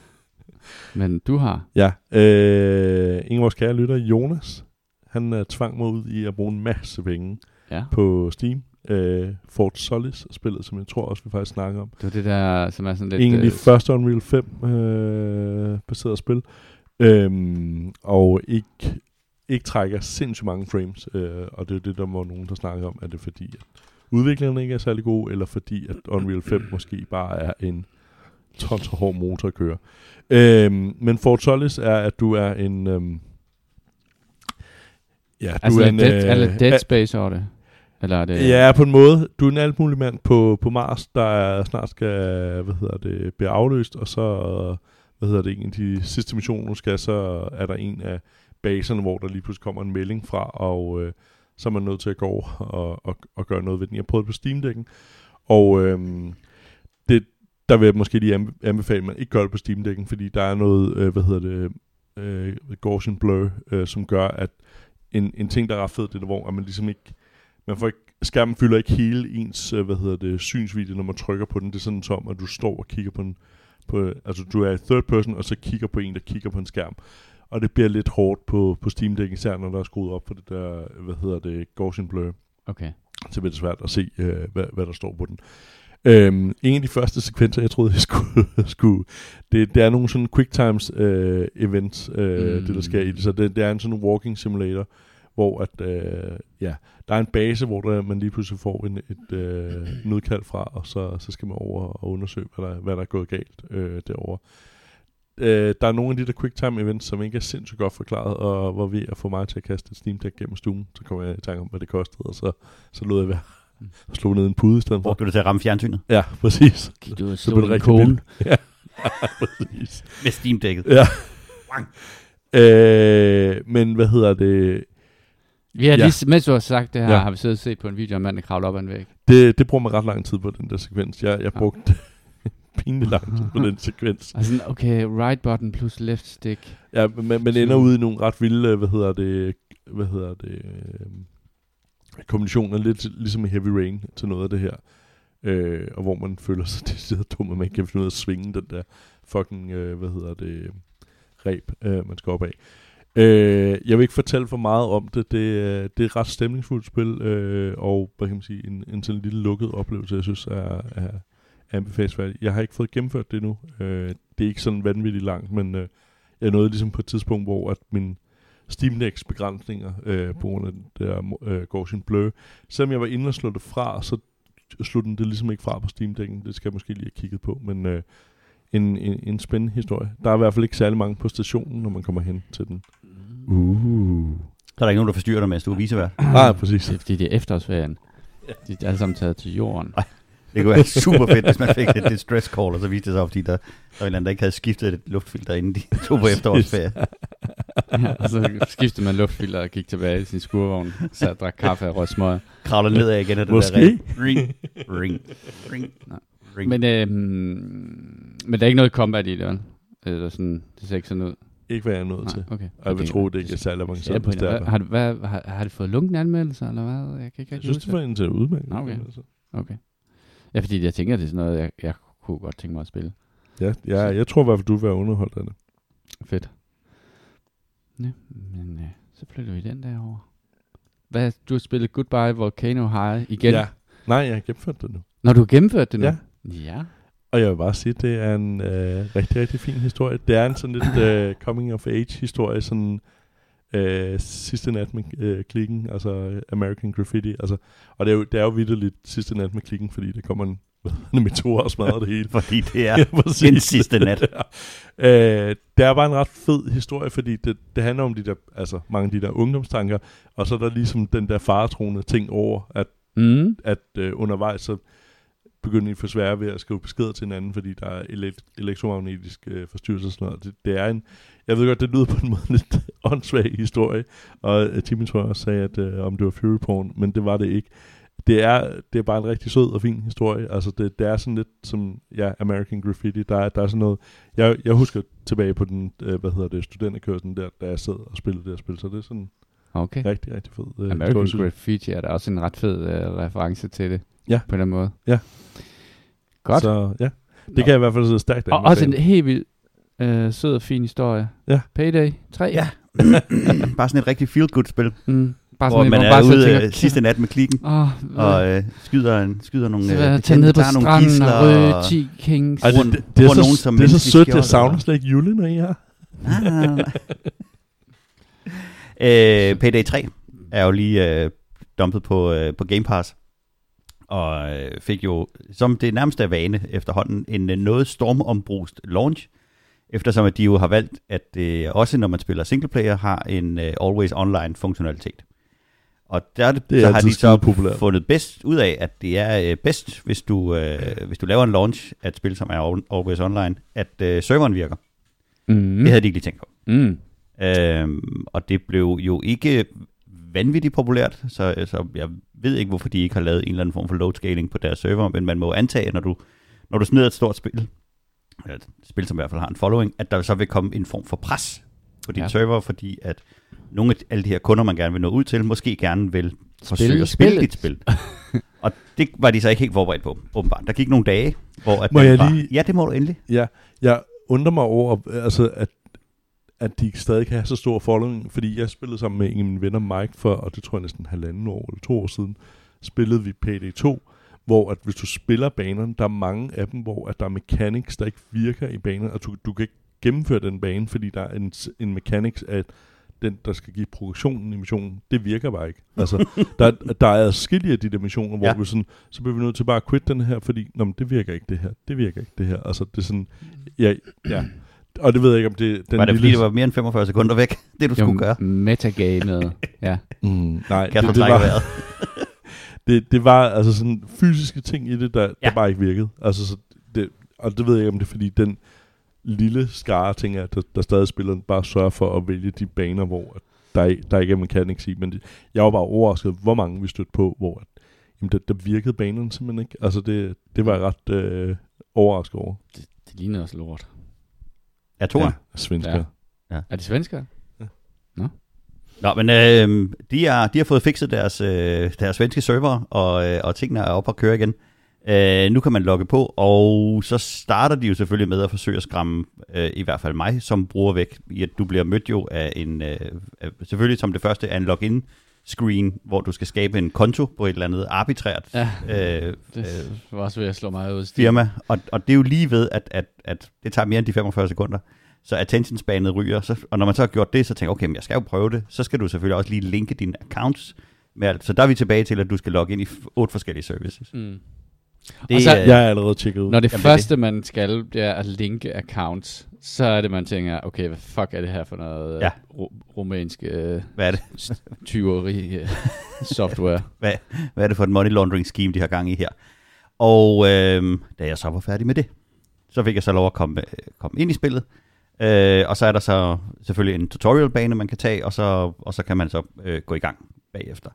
Men du har. Ja, øh, en af vores kære lytter, Jonas, han uh, tvang mig ud i at bruge en masse penge Ja. på Steam. Uh, Fort Solis spillet, som jeg tror også, vi faktisk snakker om. Det var det der, som er sådan lidt... En af de øh, første Unreal fem øh, baserede spil. Øhm, og ikke, ikke trækker sindssygt mange frames. Øh, og det er det, der var nogen, der snakker om. Er det fordi, at udviklingen ikke er særlig god, eller fordi, at Unreal fem måske bare er en tons og hård motor at køre. Øhm, men Fort Solis er, at du er en... Øhm, ja, du altså, er er en... dead, eller øh, Dead Space over det? Eller er det... Ja, på en måde. Du er en alt mulig mand på, på Mars, der snart skal, hvad hedder det, blive afløst, og så, hvad hedder det, en af de sidste missioner, du skal, så er der en af baserne, hvor der lige pludselig kommer en melding fra, og øh, så er man nødt til at gå over og, og, og gøre noget ved den. Jeg har prøvet på Steam-dækken, og øh, det, der vil jeg måske lige anbefale, at man ikke gør det på Steam-dækken, fordi der er noget, øh, hvad hedder det, øh, Gaussian Blur, øh, som gør, at en, en ting, der er ret fed, det er, hvor at man ligesom ikke Man får ikke, skærmen fylder ikke hele ens, hvad hedder det, synsvidde, når man trykker på den. Det er sådan som, at du står og kigger på en, på, altså du er i third person, og så kigger på en, der kigger på en skærm. Og det bliver lidt hårdt på, på Steam Deck, især når der er skruet op på det der, hvad hedder det, Gaussian Blur. Okay. Så bliver det svært at se, øh, hvad, hvad der står på den. Øhm, en af de første sekvenser, jeg troede, jeg skulle, skulle det, det er nogle sådan quick times øh, events, øh, mm. det der sker i det. Så det, det er en sådan walking simulator, hvor at, øh, ja, der er en base, hvor der, man lige pludselig får en, et øh, nødkald fra, og så, så skal man over og undersøge, hvad der, hvad der er gået galt øh, derovre. Øh, der er nogle af de der quicktime events, som ikke er sindssygt godt forklaret, og var ved at få mig til at kaste et Steam Deck gennem stuen. Så kom jeg i tanke om, hvad det kostede, og så, så lod jeg være. Og slog ned i en pude i stedet for. Brugte du det til at ramme fjernsynet? Ja, præcis. Gik du og Så blev slog det en rigtig kone? vildt. Ja, præcis. Med Steam-dækket. Ja. øh, men hvad hedder det? Vi har Ja. lige, mens du har sagt det her, Ja. har vi siddet og set på en video af en mand, der kravler op ad en væg. Det, det bruger man ret lang tid på, den der sekvens. Jeg, jeg brugte pinligt lang tid på den sekvens. Altså, okay, right button plus left stick. Ja, men man ender ud i nogle ret vilde, hvad hedder det, hvad hedder det, øh, kombinationer, lidt ligesom i Heavy Rain til noget af det her. Øh, og hvor man føler sig decideret dum, at man ikke kan finde ud af at svinge den der fucking, øh, hvad hedder det, reb, øh, man skal op af. Øh, jeg vil ikke fortælle for meget om det. Det er, det er et ret stemningsfuldt spil, øh, og hvad kan man sige, en, en sådan lille lukket oplevelse, jeg synes er, er anbefalesværdig. Jeg har ikke fået gennemført det nu. Øh, det er ikke sådan vanvittigt langt, men øh, jeg nåede ligesom på et tidspunkt, hvor at min Steam Decks begrænsninger øh, på grund af det der øh, Gaussian Blur. Selvom jeg var inde og slå det fra, så slog den det ligesom ikke fra på Steam Decken. Det skal jeg måske lige have kigget på, men øh, en, en, en spændende historie. Der er i hvert fald ikke særlig mange på stationen, når man kommer hen til den. Uh. Så er der ikke nogen, der forstyrrer dig, mens du er visevært. Nej, præcis. Det er fordi, det er efterårsferien. De er alle sammen taget til jorden. Ej. Det kunne være super fedt, hvis man fik et distress call, og så viste det sig, fordi der, der var en eller anden, der ikke havde skiftet et luftfilter, inden de tog på efterårsferie. Ja, og så skiftede man luftfilter og gik tilbage i sin skurvogn, så drak kaffe og røg smøger. Kravler nedad igen af det Måske. der ring. Ring, ring, ring, ring. Men, øhm, men der er ikke noget combat i det, vel? Eller sådan, det ser ikke sådan ud. Ikke hvad jeg er nødt til. Okay. Og jeg vil Okay. tro, det ikke er særlig avanceret. Ja, hvad, har, du, hvad, har, har det fået lunkende anmeldelser, eller hvad? Jeg kan ikke Jeg synes, det var en til udmærket. Okay. Altså. Okay. Ja, fordi jeg tænker, det er sådan noget, jeg, jeg kunne godt tænke mig at spille. Ja, ja, jeg tror i hvert fald, du vil være underholdt af det. Fedt. Ja, men øh, så flytter vi den der over. Hvad, du har spillet Goodbye Volcano High igen? Ja. Nej, jeg har gennemført det nu. Når du har gennemført det nu? Ja. Ja. Og jeg vil bare sige, at det er en øh, rigtig, rigtig fin historie. Det er en sådan lidt øh, coming of age historie, sådan øh, sidste nat med øh, klikken, altså American Graffiti. Altså, og det er jo, det er jo vitterligt sidste nat med klikken, fordi der kommer en meteor og smadrer det hele. Fordi det er ja, den sidste nat. øh, det er bare en ret fed historie, fordi det, det handler om de der, altså mange af de der ungdomstanker, og så er der ligesom den der faretroende ting over, at, Mm. at øh, undervejs så begynder de at få svære ved at skrive beskeder til hinanden, fordi der er elekt- elektromagnetisk øh, forstyrrelse og sådan noget. Det, det er en, jeg ved godt, det lyder på en måde lidt åndssvag historie, og uh, Timmy tror jeg også sagde, at uh, om det var Fury Porn, men det var det ikke. Det er, det er bare en rigtig sød og fin historie. Altså det, det er sådan lidt som ja, American Graffiti. Der er, der er sådan noget. Jeg, jeg husker tilbage på den, øh, hvad hedder det, studenterkørslen der, da jeg sad og spillede det her spil, så det er sådan Okay. rigtig, rigtig fed. Øh, American historie. Graffiti er der også en ret fed øh, reference til det. Ja. På den måde. Ja. Godt. Så ja, det Nå. kan jeg i hvert fald sidde stærkt af. Og også en helt vild øh, sød og fin historie. Ja. Payday tre. Ja. Bare sådan et rigtig feel-good-spil, Mm. Bare hvor sådan, man hvor er bare ude tænker, øh, sidste nat med klikken, Åh, og øh, skyder, en, skyder nogle så øh, vil jeg tage betjente, ned på tager nogle stranden gidsler, og røde og- ti kings. Ej, det, bruger- det, det, er bruger nogen så, som det er så menneskelige sødt, jeg skjold, savner og- slet ikke jule, når I er. Nej, nej, nej, nej. øh, Payday tre er jo lige øh, dumpet på, øh, på Game Pass, og øh, fik jo, som det nærmeste er vane efterhånden, en øh, noget stormombrust launch, eftersom at de jo har valgt, at det øh, også når man spiller singleplayer, har en øh, always online funktionalitet. Og der det, Det er så har altid de så skide populært. fundet bedst ud af, at det er øh, bedst, hvis du, øh, hvis du laver en launch af et spil, som er always online, at øh, serveren virker. Mm. Det havde de ikke lige tænkt på. Mm. Øhm, og det blev jo ikke vanvittigt populært, så, så jeg ved ikke, hvorfor de ikke har lavet en eller anden form for load scaling på deres server, men man må antage, når du, når du smider et stort spil, et spil, som i hvert fald har en following, at der så vil komme en form for pres på din Ja. server, fordi at nogle af alle de her kunder, man gerne vil nå ud til, måske gerne vil forsøge at spille spillet. dit spil. Og det var de så ikke helt forberedt på, åbenbart. Der gik nogle dage, hvor at Må den jeg var, lige- ja, det må du endelig. Ja, jeg undrer mig over, altså, at, at de stadig kan have så stor following, fordi jeg spillede sammen med en af mine venner, Mike, for, og det tror jeg næsten halvanden år eller to år siden, spillede vi Payday to, hvor at hvis du spiller banerne, der er mange af dem, hvor at der er mechanics, der ikke virker i banerne, og du, du kan ikke gennemføre den bane, fordi der er en, en mechanics, at den, der skal give progressionen i missionen, det virker bare ikke. Altså, der, der er adskillige af de der missioner, hvor Ja. vi sådan, så bliver vi nødt til bare at quit den her, fordi, nå, men det virker ikke det her, det virker ikke det her. Altså, det er sådan, ja, ja. Og det ved jeg ikke, om det den Var det lille... fordi, det var mere end femogfyrre sekunder væk, det du Jo, skulle gøre? metagamet. Ja. Mm, nej, Kasper det, det, trækker var, vejret. det, det var altså sådan fysiske ting i det, der, ja. der bare ikke virkede. Altså, så det, og det ved jeg ikke, om det er, fordi den lille skare ting, er, der, der stadig spiller, bare sørger for at vælge de baner, hvor der, der ikke er mechanics i. Men det, jeg var bare overrasket, hvor mange vi stødte på, hvor jamen, der, der virkede banerne simpelthen ikke. Altså, det, det var jeg ret øh, overrasket over. Det, det lignede også lort. Ja, to ja, svensker. Ja. Ja. Er det svensker? Ja. Nå. Nå, men øh, de, er, de har fået fikset deres, øh, deres svenske server, og, øh, og tingene er oppe at køre igen. Øh, nu kan man logge på, og så starter de jo selvfølgelig med at forsøge at skræmme, øh, i hvert fald mig, som bruger væk, i at du bliver mødt jo af en, øh, selvfølgelig som det første, af en login screen, hvor du skal skabe en konto på et eller andet arbitrært ja, øh, det var også ved at slå mig ud. Firma, og, og det er jo lige ved, at, at, at det tager mere end de femogfyrre sekunder. Så attention-spanet ryger, så, og når man så har gjort det, så tænker jeg, okay, men jeg skal jo prøve det, så skal du selvfølgelig også lige linke dine accounts med alt. Så der er vi tilbage til, at du skal logge ind i otte forskellige services. Mm. Det, og så, jeg er allerede tjekket ud. Når det Jamen, første, det. man skal, det er at linke accounts, så er det, man tænker, okay, hvad fuck er det her for noget ja. ro- rumænsk øh, hvad er det? tyveri øh, software? hvad, hvad er det for et money laundering scheme, de har gang i her? Og øh, da jeg så var færdig med det, så fik jeg så lov at komme, komme ind i spillet. Øh, og så er der så selvfølgelig en tutorial-bane, man kan tage, og så, og så kan man så øh, gå i gang bagefter.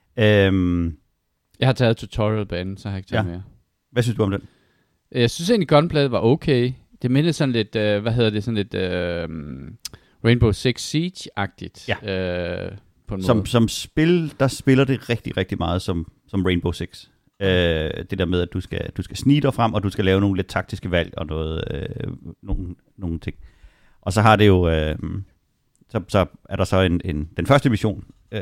Øh, jeg har taget tutorial-banen, så har jeg ikke taget ja. mere. Hvad synes du om den? Jeg synes egentlig, Gunplay var okay. Det mindede sådan lidt, øh, hvad hedder det, sådan lidt øh, Rainbow Six Siege-agtigt. Ja. Øh, på en som, måde. som spil, der spiller det rigtig, rigtig meget som, som Rainbow Six. Øh, det der med, at du skal, du skal snige dig frem, og du skal lave nogle lidt taktiske valg, og noget, øh, nogle, nogle ting. Og så har det jo, øh, så, så er der så en, en, den første mission, øh,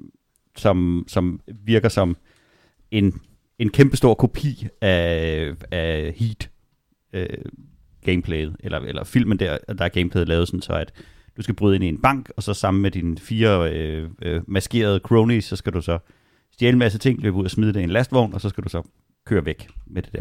som, som virker som en, en kæmpestor kopi af, af Heat øh, gameplayet, eller, eller filmen der, der er gameplayet lavet sådan, så at du skal bryde ind i en bank, og så sammen med dine fire øh, øh, maskerede cronies, så skal du så stjæle en masse ting, løbe ud og smide det i en lastvogn, og så skal du så køre væk med det der.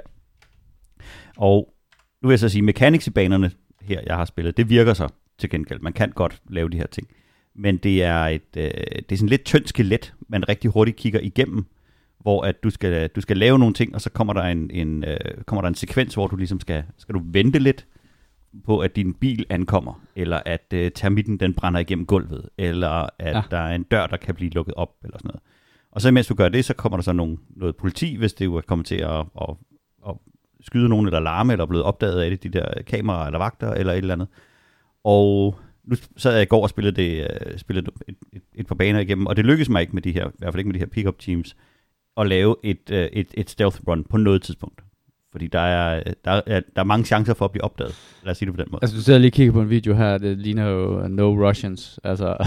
Og nu vil jeg så sige, mechanics i banerne her, jeg har spillet, det virker så til gengæld. Man kan godt lave de her ting. Men det er et øh, det er sådan lidt tyndt skelet, man rigtig hurtigt kigger igennem, hvor at du skal du skal lave nogle ting, og så kommer der en, en øh, kommer der en sekvens, hvor du ligesom skal skal du vente lidt på, at din bil ankommer, eller at øh, termitten den brænder igennem gulvet, eller at ja. der er en dør, der kan blive lukket op, eller sådan noget. Og så mens du gør det, så kommer der så nogle, noget politi, hvis det jo er kommet til at, at, at skyde nogen, eller larme, eller er blevet opdaget af det, de der kameraer, eller vagter, eller et eller andet. Og nu sad jeg i går og spillede, det, spillede et, et, et par baner igennem, og det lykkedes mig ikke med de her, i hvert fald ikke med de her pick-up teams, at lave et, et, et stealth run på noget tidspunkt. Fordi der er, der, er, der er mange chancer for at blive opdaget. Lad os sige det på den måde. Altså, du sidder lige og kigger på en video her, det ligner jo No Russians, altså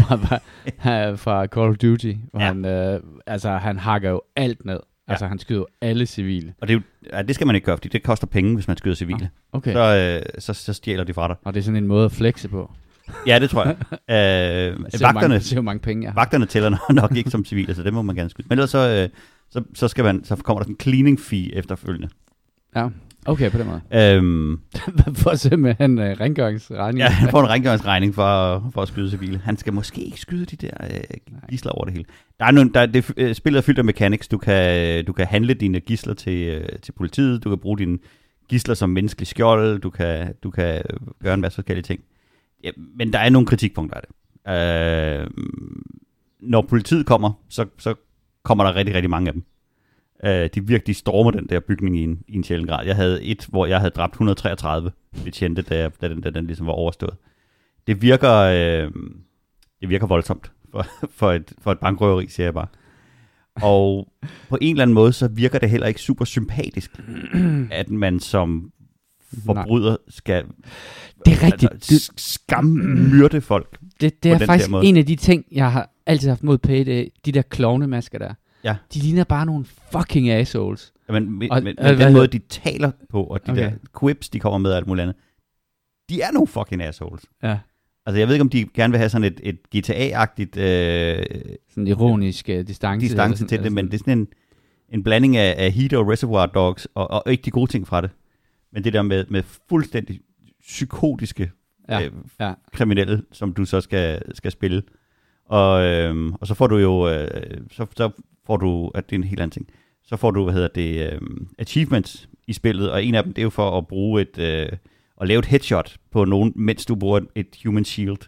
fra Call of Duty, hvor ja. han, øh, altså, han hakker jo alt ned. Ja. Altså, han skyder jo alle civile. Og det, er jo, ja, det skal man ikke gøre, fordi det koster penge, hvis man skyder civile. Okay. Så, øh, så, så stjæler de fra dig. Og det er sådan en måde at flexe på. Ja, det tror jeg. øh, jeg vagterne, mange, ser mange penge, jeg har. Vagterne tæller nok ikke som civile, så det må man gerne skyde. Men ellers så, øh, så, så, skal man, så kommer der sådan en cleaning fee efterfølgende. Ja, okay, på den måde. Øhm, for simpelthen uh, rengøringsregning. Ja, han får en rengøringsregning for, for at skyde civile. Han skal måske ikke skyde de der øh, gidsler over det hele. Der er nogle, der, det, øh, spillet er fyldt af mechanics. Du kan, du kan handle dine gidsler til, øh, til politiet. Du kan bruge dine gidsler som menneskelig skjold. Du kan, du kan gøre en masse forskellige ting. Ja, men der er nogle kritikpunkter af det. Øh, når politiet kommer, så, så kommer der rigtig, rigtig mange af dem. Uh, de virkelig stormer den der bygning i en, i en sjælden grad. Jeg havde et, hvor jeg havde dræbt et hundrede og treogtredive betjente, da, da, den, da den ligesom var overstået. Det virker, øh, det virker voldsomt for, for, et, for et bankrøveri, siger jeg bare. Og på en eller anden måde, så virker det heller ikke super sympatisk, at man som forbryder skal det er rigtigt. Altså, skammyrde folk. Det, det er faktisk en af de ting, jeg har altid haft mod Payday, de der klovnemasker der. Ja. De ligner bare nogle fucking assholes. Jamen, men, og, men, men den måde, de taler på, og de okay. der quips, de kommer med, og alt muligt andet, de er nogle fucking assholes. Ja. Altså, jeg ved ikke, om de gerne vil have sådan et, et G T A-agtigt... Øh, sådan ironisk uh, distance. Distance til det, men det er sådan en, en blanding af, af Heat og Reservoir Dogs, og, og ikke de gode ting fra det. Men det der med, med fuldstændig psykotiske ja. Øh, ja. kriminelle, som du så skal, skal spille. Og, øh, og så får du jo... Øh, så, så får du, at det er en helt anden ting, så får du, hvad hedder det, øh, achievements i spillet, og en af dem, det er jo for at bruge et, øh, at lave et headshot på nogen, mens du bruger et human shield.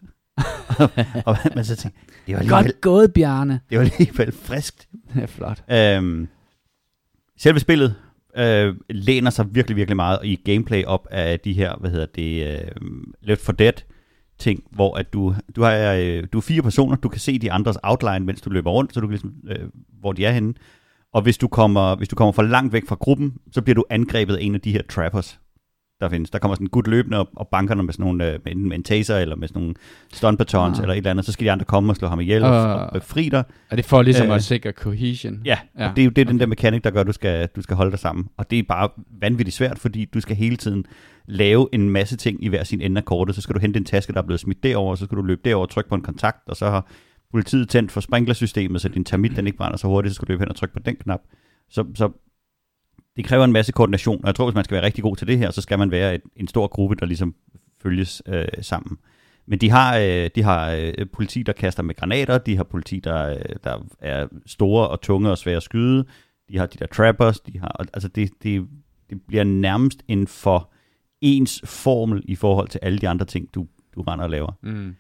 Og man så tænker, det var alligevel, godt gået, Bjarne. Det var alligevel friskt. Det er flot. Øhm, selve spillet øh, læner sig virkelig, virkelig meget i gameplay op af de her, hvad hedder det, øh, Left four Dead ting, hvor at du, du, har, øh, du er fire personer, du kan se de andres outline, mens du løber rundt, så du kan ligesom, øh, hvor de er henne. Og hvis du, kommer, hvis du kommer for langt væk fra gruppen, så bliver du angrebet af en af de her trappers, der findes. Der kommer sådan en gut løbende op og banker med sådan nogle, med en, med en taser, eller med sådan nogle stun batons, ah. eller et eller andet, så skal de andre komme og slå ham ihjel uh, og befri dig. Er det for ligesom uh, at sikre cohesion? Ja, ja. Og det er jo det, okay. Den der mekanik, der gør, at du skal, du skal holde dig sammen. Og det er bare vanvittigt svært, fordi du skal hele tiden lave en masse ting i hver sin ende af kortet. Så skal du hente en taske, der er blevet smidt derover, så skal du løbe derover og trykke på en kontakt, og så har politiet tændt for sprinklersystemet, så din termit den ikke brænder så hurtigt, så skal du løbe hen og trykke på den knap. Så, så det kræver en masse koordination, og jeg tror, hvis man skal være rigtig god til det her, så skal man være et, en stor gruppe, der ligesom følges øh, sammen. Men de har, øh, de har øh, politi, der kaster med granater, de har politi, der, øh, der er store og tunge og svære at skyde, de har de der trappers, de har, altså det, det, det bliver nærmest en for ens formel i forhold til alle de andre ting, du, du render og laver. Mm.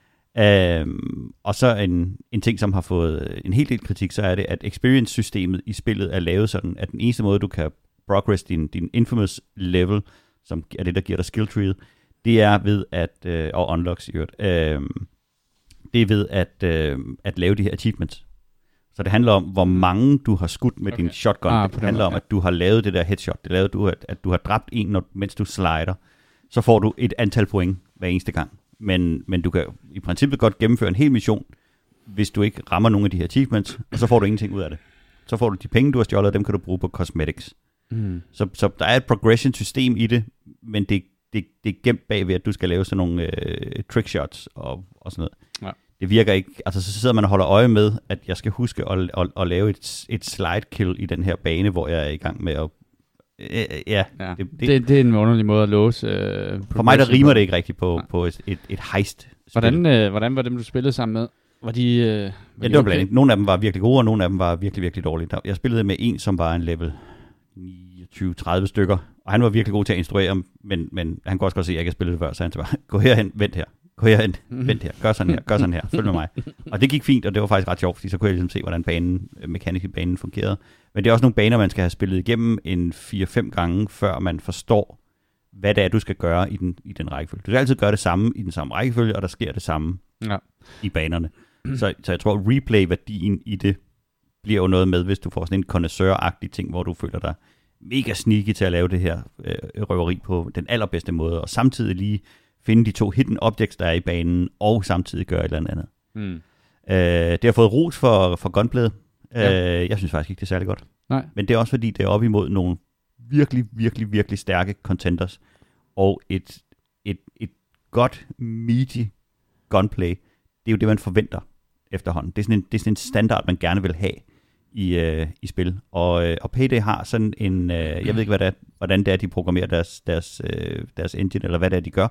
Øhm, og så en, en ting, som har fået en hel del kritik, så er det, at experience-systemet i spillet er lavet sådan, at den eneste måde, du kan progress din, din infamous level, som er det, der giver dig skill tree, det er ved at, øh, og unlocks i øvrigt, øh, det er ved at, øh, at lave de her achievements. Så det handler om, hvor mange du har skudt med okay. din shotgun. Ah, det handler om, at du har lavet det der headshot. Det laver du, at, at du har dræbt en, når, mens du slider. Så får du et antal point hver eneste gang. Men, men du kan i princippet godt gennemføre en hel mission, hvis du ikke rammer nogle af de her achievements, og så får du ingenting ud af det. Så får du de penge, du har stjålet, og dem kan du bruge på cosmetics. Mm. Så, så der er et progression-system i det, men det, det, det er gemt bagved, at du skal lave sådan nogle øh, trickshots og, og sådan noget. Ja. Det virker ikke, altså så sidder man og holder øje med, at jeg skal huske at, at, at lave et, et slide kill i den her bane, hvor jeg er i gang med at Øh, ja, ja. Det, det, det, det er en underlig måde at låse. Øh, for mig, der rimer det ikke rigtigt på, på et, et, et heist. Hvordan, øh, hvordan var dem, du spillede sammen med? Var de, øh, var ja, de det var blandt. Nogle af dem var virkelig gode, og nogle af dem var virkelig, virkelig dårlige. Jeg spillede med en, som var en level niogtyve tredive stykker, og han var virkelig god til at instruere, men, men han kunne også godt se, at jeg ikke spillede det før, så han bare, gå herhen, vent her, gå herhen, vent her, gør sådan her, gør sådan her, følg med mig. Og det gik fint, og det var faktisk ret sjovt, fordi så kunne jeg ligesom se, hvordan banen, mekanik i banen fungerede. Men det er også nogle baner, man skal have spillet igennem en fire fem gange, før man forstår, hvad det er, du skal gøre i den, i den rækkefølge. Du skal altid gøre det samme i den samme rækkefølge, og der sker det samme ja. i banerne. Så, så jeg tror, at replay-værdien i det bliver jo noget med, hvis du får sådan en connoisseur-agtig ting, hvor du føler dig mega sneaky til at lave det her øh, røveri på den allerbedste måde, og samtidig lige finde de to hidden objects, der er i banen, og samtidig gøre et eller andet. Mm. Øh, det har fået ros for, for Gunblade. Ja. Øh, jeg synes faktisk ikke, det er særlig godt. Nej. Men det er også fordi, det er op imod nogle virkelig, virkelig, virkelig stærke contenders, og et, et, et godt, meaty gunplay, det er jo det, man forventer efterhånden. Det er sådan en, det er sådan en standard, man gerne vil have i, øh, i spil. Og, øh, og Payday har sådan en, øh, jeg ved ikke, hvad det er, hvordan det er, de programmerer deres, deres, øh, deres engine, eller hvad det er, de gør.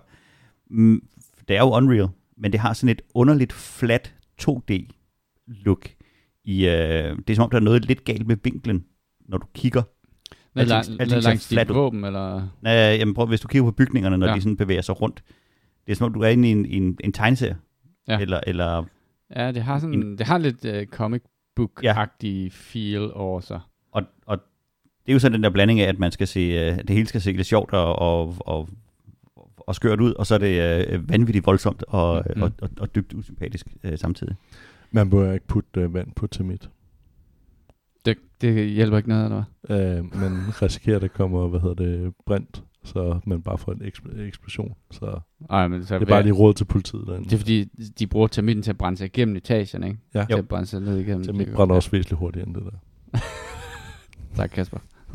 Mm, det er jo Unreal, men det har sådan et underligt flat to D-look. I, øh, det er som om, der er noget lidt galt med vinklen, når du kigger. Noget lang, langs dit våben, eller? Øh, jamen, prøv, hvis du kigger på bygningerne, når ja. de sådan bevæger sig rundt. Det er som om, du er inde i en, en, en tegneserie. Ja. Eller, eller, ja, det har, sådan, en, det har lidt uh, comic book-agtig ja. feel over sig. Og, og det er jo sådan den der blanding af, at man skal se, uh, det hele skal se lidt sjovt og, og, og, og skørt ud, og så er det uh, vanvittigt voldsomt og, mm. og, og, og dybt usympatisk uh, samtidig. Man bør ikke putte uh, vand på termit. Det, det hjælper ikke noget, eller hvad? Uh, man risikerer, at der kommer, hvad hedder det, brændt, så man bare får en ekspl- eksplosion. Så, Ej, men så det er bare lige råd til politiet derinde. Det er fordi, de bruger termitten til at brænde sig igennem etagen, ikke? Ja. Til at brænde sig ned igennem. Termit brænder også væsentligt hurtigt end det der. Tak, Kasper.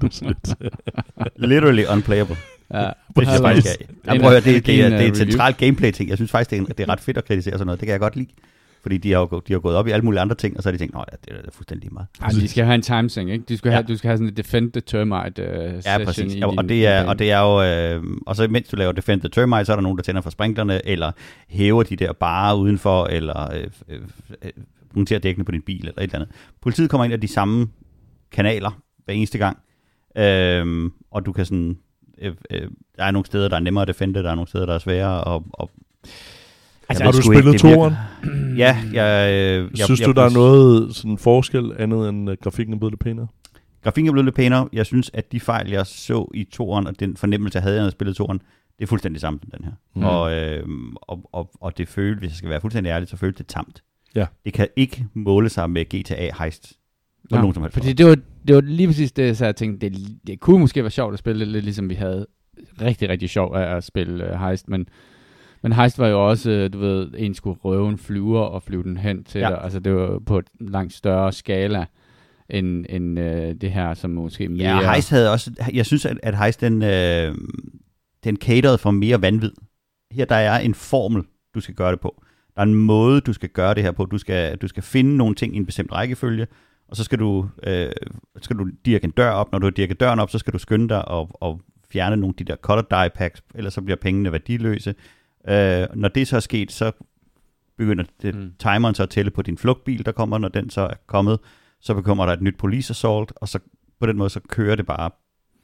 Literally unplayable. Ja, det er faktisk, jeg prøver, det, det, det, er, det er et centralt gameplay-ting. Jeg synes faktisk, det er, det er ret fedt at kritisere sådan noget. Det kan jeg godt lide. Fordi de har jo de har gået op i alle mulige andre ting, og så har de tænkt, nej, det er, det er fuldstændig meget. Ej, de skal have en timesync, ikke? Du skal, ja. have, du skal have sådan et Defend the Termite uh, session. Ja, præcis. Og, og, det er, og det er jo, øh, og så mens du laver Defend the Termite, så er der nogen, der tænder for sprinklerne, eller hæver de der barer udenfor, eller øh, øh, montere dækkene på din bil, eller et eller andet. Politiet kommer ind af de samme kanaler hver eneste gang, øhm, og du kan sådan, øh, øh, der er nogle steder, der er nemmere at defende, der er nogle steder, der er sværere, og, og altså, har du spillet toeren? Ja, jeg, øh, jeg... Synes jeg, du, jeg, der er noget sådan forskel andet end uh, grafikken er blevet lidt pænere? Grafikken er blevet lidt pænere. Jeg synes, at de fejl, jeg så i toeren, og den fornemmelse, jeg havde, når jeg spillede toeren, det er fuldstændig samme som den her. Mm. Og, øh, og, og, og det føles, hvis jeg skal være fuldstændig ærlig, så føles det tamt. Ja. Det kan ikke måle sig med G T A Heist. Ja, nogen, som fordi det var, det var lige præcis det, så jeg tænkte, det, det kunne måske være sjovt at spille lidt, ligesom vi havde rigtig, rigtig sjovt af at spille uh, Heist, men Men Heist var jo også, du ved, en skulle røve en flyver og flyve den hen til ja. dig. Altså det var på et langt større skala end, end øh, det her, som måske mere... Ja, Heist havde også... Jeg synes, at, at Heist, den, øh, den caterede for mere vanvid. Her der er en formel, du skal gøre det på. Der er en måde, du skal gøre det her på. Du skal, du skal finde nogle ting i en bestemt rækkefølge, og så skal du, øh, skal du dirke en dør op. Når du har dirket døren op, så skal du skynde dig og, og fjerne nogle af de der color die packs, ellers så bliver pengene værdiløse. Uh, når det så er sket, så begynder det, mm. timeren så at tælle på din flugtbil, der kommer, når den så er kommet, så kommer der et nyt police assault, og så på den måde, så kører det bare.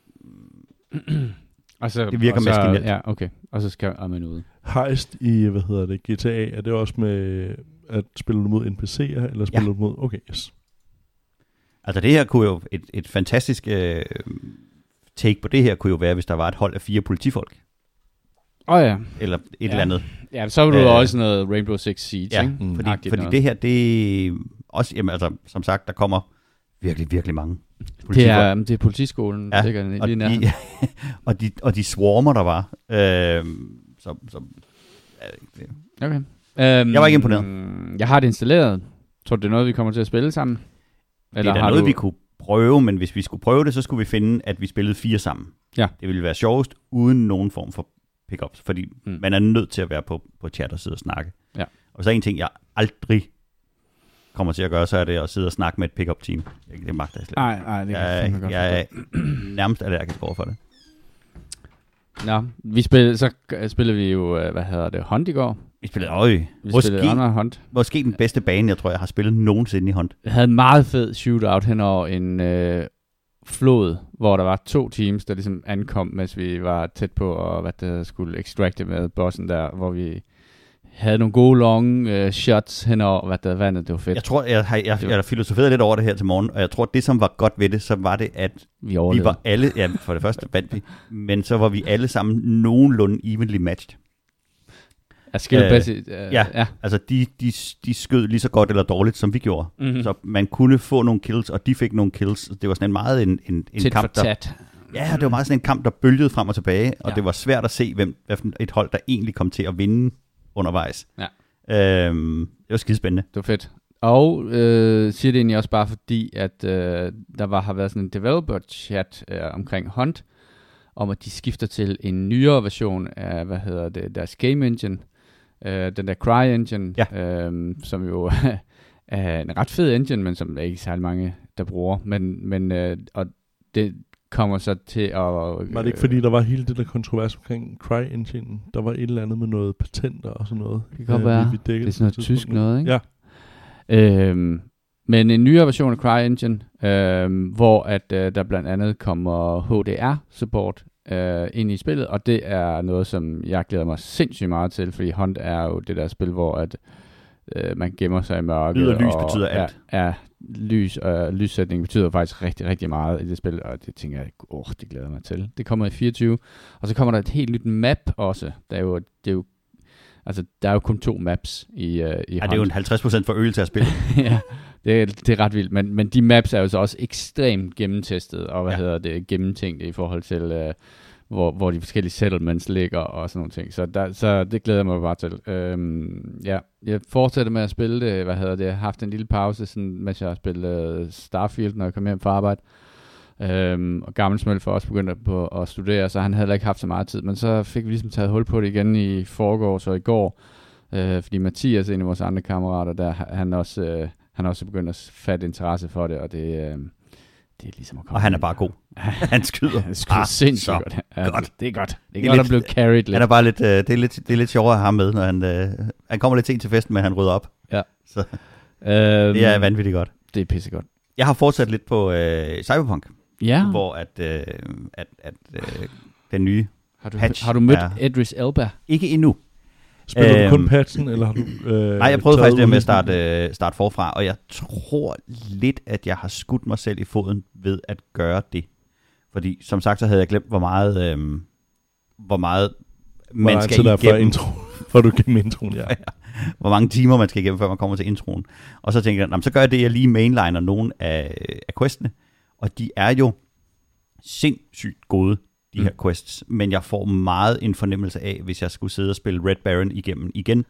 altså, det virker og så, maskinelt. Ja, okay. Og så skal man ud. Heist i, hvad hedder det, G T A, er det også med at spille mod N P C'er, eller spille ja. mod... Okay, yes. Altså det her kunne jo, et, et fantastisk øh, take på det her, kunne jo være, hvis der var et hold af fire politifolk. Åh oh, ja. Eller et ja. eller andet. Ja, så var du øh, også noget Rainbow Six Siege, ja, ikke? Mm. Fordi, fordi det her, det også, jamen, altså, som sagt, der kommer virkelig, virkelig mange politifolk. Det er, det er politiskolen, ja, ligger lige og, nær. de, og, de, og de swarmer, der var. Øh, så, så, øh, okay. Um, jeg var ikke imponeret. Jeg har det installeret. Tror du, det er noget, vi kommer til at spille sammen? Eller det er har noget, du... vi kunne prøve, men hvis vi skulle prøve det, så skulle vi finde, at vi spillede fire sammen. Ja. Det ville være sjovest, uden nogen form for pickups, fordi mm. man er nødt til at være på, på chat og sidde og snakke. Ja. Og så er en ting, jeg aldrig kommer til at gøre, så er det at sidde og snakke med et pickup team. Det magter jeg slet. Nej, nej, det kan jeg, jeg, jeg er nærmest allergisk over for det. Nå, vi spillede, så spillede vi jo, hvad hedder det, Hunt i går. Vi spillede, øj, vi måske, spillede Hunt. Måske den bedste bane, jeg tror, jeg har spillet nogensinde i Hunt. Jeg havde en meget fed shootout hen over en øh, flod, hvor der var to teams, der ligesom ankom, mens vi var tæt på, og hvad der skulle extracte med bossen der, hvor vi havde nogle gode long øh, shots hen over, hvad der vandet, det var fedt. Jeg tror, jeg har, jeg, jeg har filosoferet lidt over det her til morgen, og jeg tror, det som var godt ved det, så var det, at vi, vi var alle, ja, for det første vandt vi, men så var vi alle sammen nogenlunde evenly matched. Jeg skiller øh, bedst, øh, ja, ja, altså de, de, de skød lige så godt eller dårligt, som vi gjorde. Mm-hmm. Så man kunne få nogle kills, og de fik nogle kills. Det var sådan en meget en, en, en kamp, der... Tat. Ja, det var meget sådan en kamp, der bølgede frem og tilbage, og ja. Det var svært at se, hvem et hold, der egentlig kom til at vinde undervejs. Ja. Øhm, det var skidespændende. Det var fedt. Og øh, siger det egentlig også bare fordi, at øh, der var, har været sådan en developer-chat øh, omkring Hunt, om at de skifter til en nyere version af, hvad hedder det, deres game engine, øh, den der CryEngine, ja. øh, som jo er en ret fed engine, men som der ikke er særlig mange, der bruger. Men, men øh, og det kommer så til at... Øh, var det ikke fordi, der var hele det der kontrovers omkring CryEngine? Der var et eller andet med noget patenter og sådan noget. Det kan godt være. Det er sådan noget tysk noget, ikke? Ja. Øhm, men en nyere version af CryEngine, øhm, hvor at øh, der blandt andet kommer H D R-support øh, ind i spillet, og det er noget, som jeg glæder mig sindssygt meget til, fordi Hunt er jo det der spil, hvor at, øh, man gemmer sig i mørke. Lyd og lys og, betyder alt. Ja, ja, lys og lyssætning betyder faktisk rigtig, rigtig meget i det spil, og det tænker jeg, åh, det glæder jeg mig til. Det kommer i fireogtyve, og så kommer der et helt nyt map også. Der er jo, det er jo Altså, der er jo kun to maps i, uh, i ja, Hunt. Det er jo en halvtreds procent forøgelse af spillet. Ja, det er, det er ret vildt. Men, men de maps er jo så også ekstremt gennemtestet, og hvad ja. hedder det, gennemtænkt i forhold til, uh, hvor, hvor de forskellige settlements ligger og sådan nogle ting. Så, der, så det glæder jeg mig bare til. Øhm, ja, jeg fortsætter med at spille det. Hvad hedder det? Jeg har haft en lille pause, sådan, mens jeg har spillet Starfield, når jeg kom hjem fra arbejde. Øhm, og Gammelsmøl for også begyndte på at studere, så han havde heller ikke haft så meget tid, men så fik vi ligesom taget hul på det igen i forgårs og i går, øh, fordi Mathias, en af vores andre kammerater, der, han også, øh, han også begyndt at fatte interesse for det, og det, øh, det er ligesom at komme. Og han er bare god. Han skyder. Han skyder ah, sindssygt godt. Ja, godt. Det er godt. Det er, det er godt lidt, at blive carried lidt. Han er bare lidt, øh, det, er lidt, det er lidt sjovere at have ham med, når han, øh, han kommer lidt sent til festen, men han rydder op. Ja. Så. Øhm, Det er vanvittigt godt. Det er pissegodt. Jeg har fortsat lidt på øh, Cyberpunk, Ja. hvor at, øh, at, at øh, den nye Har du, patch har du mødt er- Idris Elba? ikke endnu. Spiller du kun Øhm, patchen, eller har du... Øh, Nej, jeg prøvede taget faktisk det med at udviklingen? starte, øh, starte forfra, og jeg tror lidt, at jeg har skudt mig selv i foden ved at gøre det. Fordi som sagt, så havde jeg glemt, hvor meget, øh, hvor meget Hvor man lang skal tid der er før igennem. intro, før du gennem introen, ja. Hvor mange timer man skal igennem, før man kommer til introen. Og så tænkte jeg, "Nå, så gør jeg det, jeg lige mainliner nogle af, af questene. Og de er jo sindssygt gode, de Mm. her quests. Men jeg får meget en fornemmelse af, hvis jeg skulle sidde og spille Red Baron igennem igen,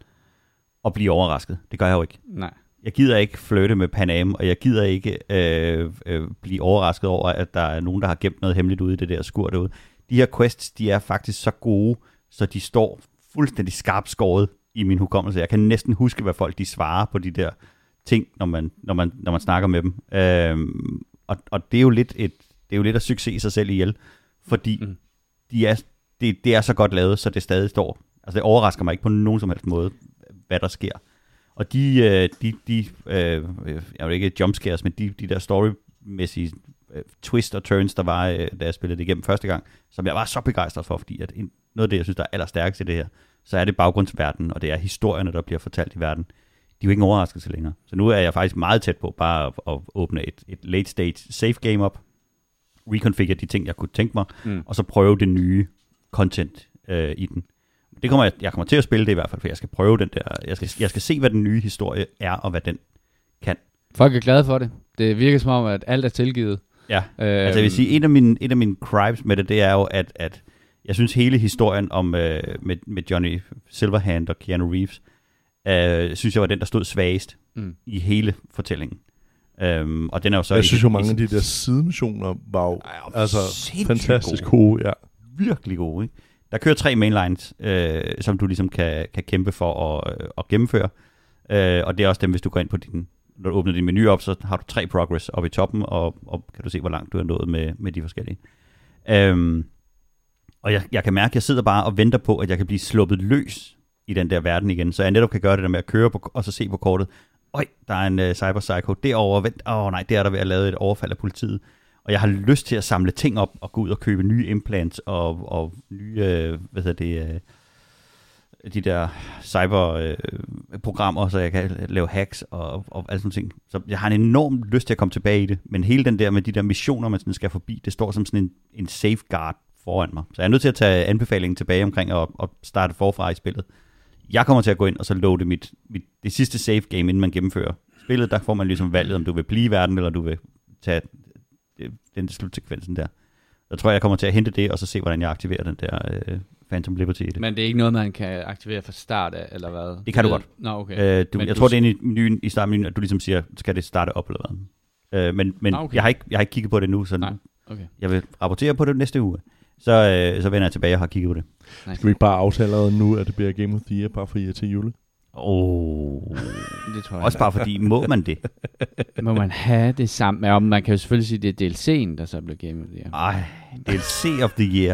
og blive overrasket. Det gør jeg jo ikke. Nej. Jeg gider ikke flytte med Panam, og jeg gider ikke øh, øh, blive overrasket over, at der er nogen, der har gemt noget hemmeligt ude i det der skur derude. De her quests, de er faktisk så gode, så de står fuldstændig skarpt skåret i min hukommelse. Jeg kan næsten huske, hvad folk de svarer på de der ting, når man, når man, når man snakker med dem. Øhm, og, og det er jo lidt et, det er jo lidt at succes sig selv ihjel, fordi Mm. mm. de er, det, det er så godt lavet, så det stadig står. Altså det overrasker mig ikke på nogen som helst måde, hvad der sker. Og de, øh, de, de øh, jeg vil ikke jumpscares, men de, de der storymæssige øh, twist og turns, der var, øh, da jeg spillede det igennem første gang, som jeg var så begejstret for, fordi at en, noget af det, jeg synes, der er allerstærkest i det her, så er det baggrundsverdenen, og det er historierne, der bliver fortalt i verden. De er jo ikke en overraskelse længere. Så nu er jeg faktisk meget tæt på bare at, at åbne et, et late stage save game op, reconfigure de ting, jeg kunne tænke mig, Mm. og så prøve det nye content øh, i den. Det kommer jeg, jeg kommer til at spille det i hvert fald, for jeg skal prøve den der, jeg skal, jeg skal se, hvad den nye historie er, og hvad den kan. Folk er glade for det. Det virker som om, at alt er tilgivet. Ja, Øhm, altså jeg vil sige, en af mine, en af mine gripes med det, det er jo, at, at jeg synes hele historien om øh, med, med Johnny Silverhand og Keanu Reeves, øh, synes jeg var den, der stod svagest Mm. i hele fortællingen. Øhm, og den er jo så... Jeg i- synes jo, i- mange af de der sidemissioner var jo Ej, altså sindssygt fantastisk gode. gode, ja. Virkelig gode, ikke? Der kører tre mainlines, øh, som du ligesom kan, kan kæmpe for at, øh, at gennemføre. Øh, og det er også dem, hvis du går ind på din... Når du åbner din menu op, så har du tre progress oppe i toppen, og, og kan du se, hvor langt du er nået med, med de forskellige. Øhm, og jeg, jeg kan mærke, at jeg sidder bare og venter på, at jeg kan blive sluppet løs i den der verden igen, så jeg netop kan gøre det der med at køre på, og så se på kortet. Øj, der er en uh, cyberpsycho derovre. Vent, åh oh, nej, der er der ved at lave et overfald af politiet. Og jeg har lyst til at samle ting op og gå ud og købe nye implants og, og nye, øh, hvad hedder det, øh, de der cyberprogrammer, øh, så jeg kan lave hacks og, og alle sådan ting. Så jeg har en enorm lyst til at komme tilbage i det, men hele den der med de der missioner, man sådan skal forbi, det står som sådan en, en safeguard foran mig. Så jeg er nødt til at tage anbefalingen tilbage omkring og, og starte forfra i spillet. Jeg kommer til at gå ind og så loade mit, mit, det sidste save game, inden man gennemfører spillet. Der får man ligesom valget, om du vil blive i verden, eller du vil tage den slutsekvensen der. Jeg tror, jeg kommer til at hente det, og så se, hvordan jeg aktiverer den der øh, Phantom Liberty i det. Men det er ikke noget, man kan aktivere fra start af, eller hvad? Det kan du godt. Nå, okay. Øh, du, Men jeg du tror, s- det er inde i, menuen, i startmenuen, at du ligesom siger, skal det starte op eller hvad? Øh, men men Ah, okay. jeg, har ikke, jeg har ikke kigget på det nu, så Nej, okay. jeg vil rapportere på det næste uge. Så, øh, så vender jeg tilbage og har kigget på det. Skal vi ikke bare aftale allerede nu, at det bliver Game of the Year, bare for jer til jule? Oh. Det tror jeg. Også bare fordi, må man det? Må man have det sammen? Ja, man kan jo selvfølgelig sige, at det er D L C'en, der så bliver Game of the Year. Ej, D L C of the Year.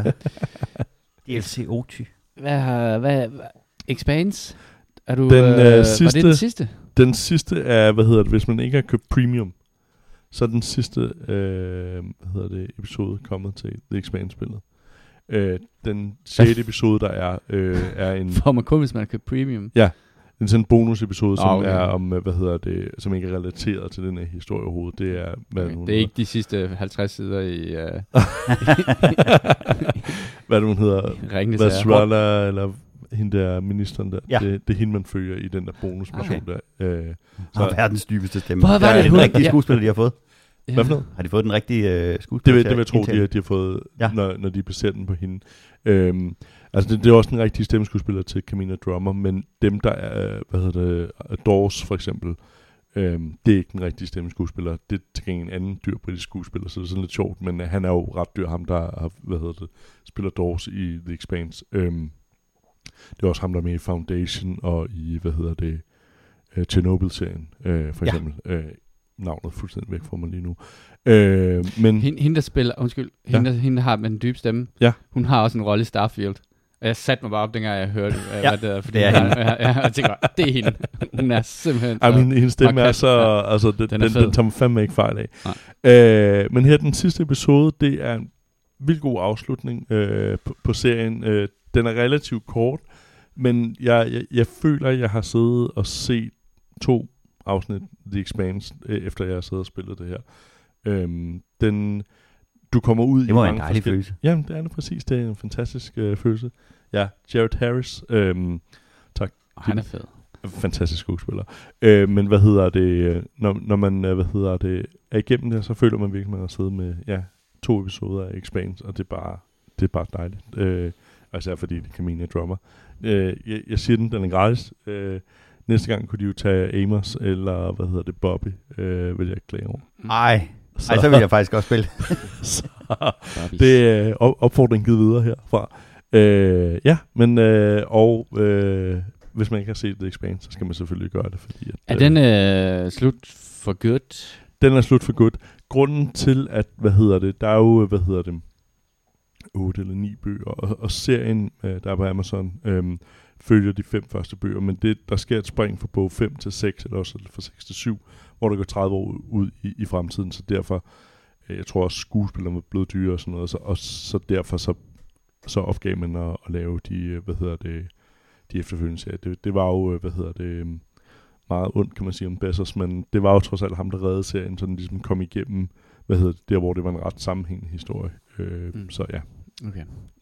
D L C Oty. Hvad har... Hvad, hvad, Expanse? Er du... Den, øh, øh, Var sidste- det den sidste? Den sidste er, hvad hedder det, hvis man ikke har købt Premium, så er den sidste, øh, hvad hedder det, episode kommet til The Expanse-spillet. Øh, den sjette episode, der er, øh, er en... Får man kun, hvis man har købt Premium? En sådan bonusepisode, som Ah, okay. er om, hvad hedder det, som ikke er relateret til den her historie overhovedet. Det er, hvad Okay. hun Det er ikke de sidste halvtreds sider i uh, hvad det, hun hedder, Ringende hvad Sager. Srala, eller hende der ministeren der. Ja. Det, det er hende, man følger i den der bonusmission Okay. der. Øh, Har så, verdens dybeste stemme. Hvor var er det, det hun- den rigtige ja. skuespiller, de har fået? Ja. hvad for noget? Har de fået den rigtige øh, Det skuespiller vil, til det vil jeg at tro, de indtale? har, de har fået, Ja. ja. når, når de baserer den på hende. Øhm, altså, det, det er også den rigtige stemmeskuespiller til Camilla Drummer, men dem, der er, hvad hedder det, Dawes for eksempel, øhm, det er ikke den rigtige stemmeskuespiller. Det er til gengæld en anden dyr britisk skuespiller, så det er sådan lidt sjovt, men øh, han er jo ret dyr, ham der har, hvad hedder det, spiller Dawes i The Expanse. Øhm, det er også ham, der er med i Foundation og i, hvad hedder det, uh, Chernobyl-serien, øh, for Ja. eksempel. Øh, navnet er fuldstændig væk fra mig lige nu. Øh, men Hende, hende, der spiller... Undskyld. Hende, ja. hende der har med den dybe stemme. Ja. Hun har også en rolle i Starfield. Og jeg satte mig bare op, dengang jeg hørte, øh, Ja, hvad det er. Fordi det er jeg, hende. jeg, jeg, jeg tænkte bare, det er hende. Hun er simpelthen... Ej, min, hendes stemme er markant. så... Ja. Altså, den, Den den, er den, fed. den tager man fandme ikke fejl af. Øh, men her den sidste episode, det er en vildt god afslutning øh, på, på serien. Øh, den er relativt kort, men jeg, jeg, jeg føler, at jeg har siddet og set to afsnit The Expanse, øh, efter jeg har siddet og spillet det her. Øhm, den, du kommer ud Det i må være en mange dejlig forskellige- følelse. Jamen, det er det præcis. Det er en fantastisk øh, følelse. Ja, Jared Harris. Øhm, Og han er fed. fantastisk skuespiller. Øh, men hvad hedder det, øh, når, når man øh, hvad hedder det, er igennem det, så føler man virkelig, at man har siddet med ja, to episoder af Expanse, og det er bare, det er bare dejligt. Øh, altså fordi det kan mene drummer. Øh, jeg, jeg siger den, den er gratis. Øh, næste gang kunne de jo tage Amos, eller hvad hedder det, Bobby, øh, vil jeg ikke klage over. Ej, så. Ej, så vil jeg faktisk også spille. så, det er op- opfordring givet videre herfra. Øh, ja, men øh, og øh, hvis man ikke har set The Expanse, så skal man selvfølgelig gøre det, fordi at, Er den øh, slut for godt? Den er slut for godt. Grunden til, at, hvad hedder det, der er jo, hvad hedder det, otte eller ni bøger, og, og serien, øh, der er på Amazon, øh, følger de fem første bøger, men det, der sker et spring fra bog fem til seks, eller også fra seks til syv, hvor der går tredive år ud i, i fremtiden, så derfor, øh, jeg tror også skuespillerne er blevet dyre og sådan noget, så, og så derfor så, så opgav man at, at lave de, øh, hvad hedder det, de efterfølgende serier. Det, det var jo, øh, hvad hedder det, øh, meget ondt, kan man sige, om Bezos, men det var jo trods alt ham, der reddede serien, så den ligesom kom igennem, hvad hedder det, der hvor det var en ret sammenhængende historie. Øh, mm. Så ja. Okay.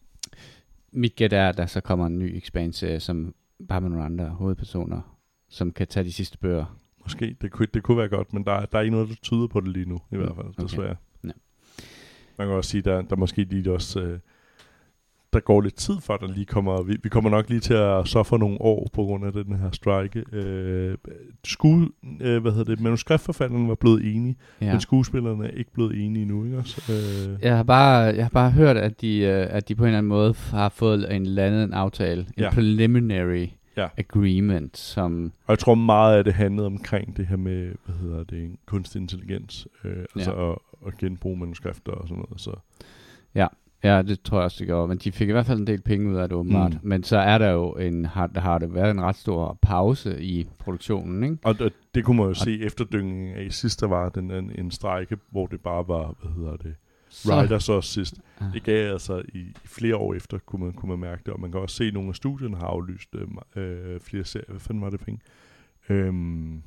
Mit gæt er, at der så kommer en ny Expanse-serie, som bare med nogle andre hovedpersoner, som kan tage de sidste bøger. Måske, det kunne, det kunne være godt, men der, der er ikke noget, der tyder på det lige nu, i hvert fald, Okay. desværre. Ja. Man kan også sige, der, der måske lige også, øh, der går lidt tid for, at der lige kommer, vi, vi kommer nok lige til at suffe nogle år på grund af den her strike. Øh, skue, øh, hvad hedder det, manuskriptforfatterne var blevet enige, Ja. men skuespillerne er ikke blevet enige endnu, ikke også? Øh, Jeg har bare, jeg har bare hørt, at de, øh, at de på en eller anden måde har fået en landet en aftale, en Ja. preliminary Ja. agreement, som... Og jeg tror meget af det handlede omkring det her med, hvad hedder det, kunstig intelligens, øh, altså Ja. at, at genbruge manuskrifter og sådan noget, så... Ja, det tror jeg også, det gjorde. Men de fik i hvert fald en del penge ud af det, åbenbart. Mm. Men så er der jo en, har, der har det været en ret stor pause i produktionen, ikke? Og det, det kunne man jo se efterdyngen af sidst, der var den, en, en strejke, hvor det bare var, hvad hedder det, writers også sidst. Ah. Det gav altså i, i flere år efter, kunne man, kunne man mærke det, og man kan også se, at nogle af studierne har aflyst øh, øh, flere serier. Hvad fanden var det penge? Øhm,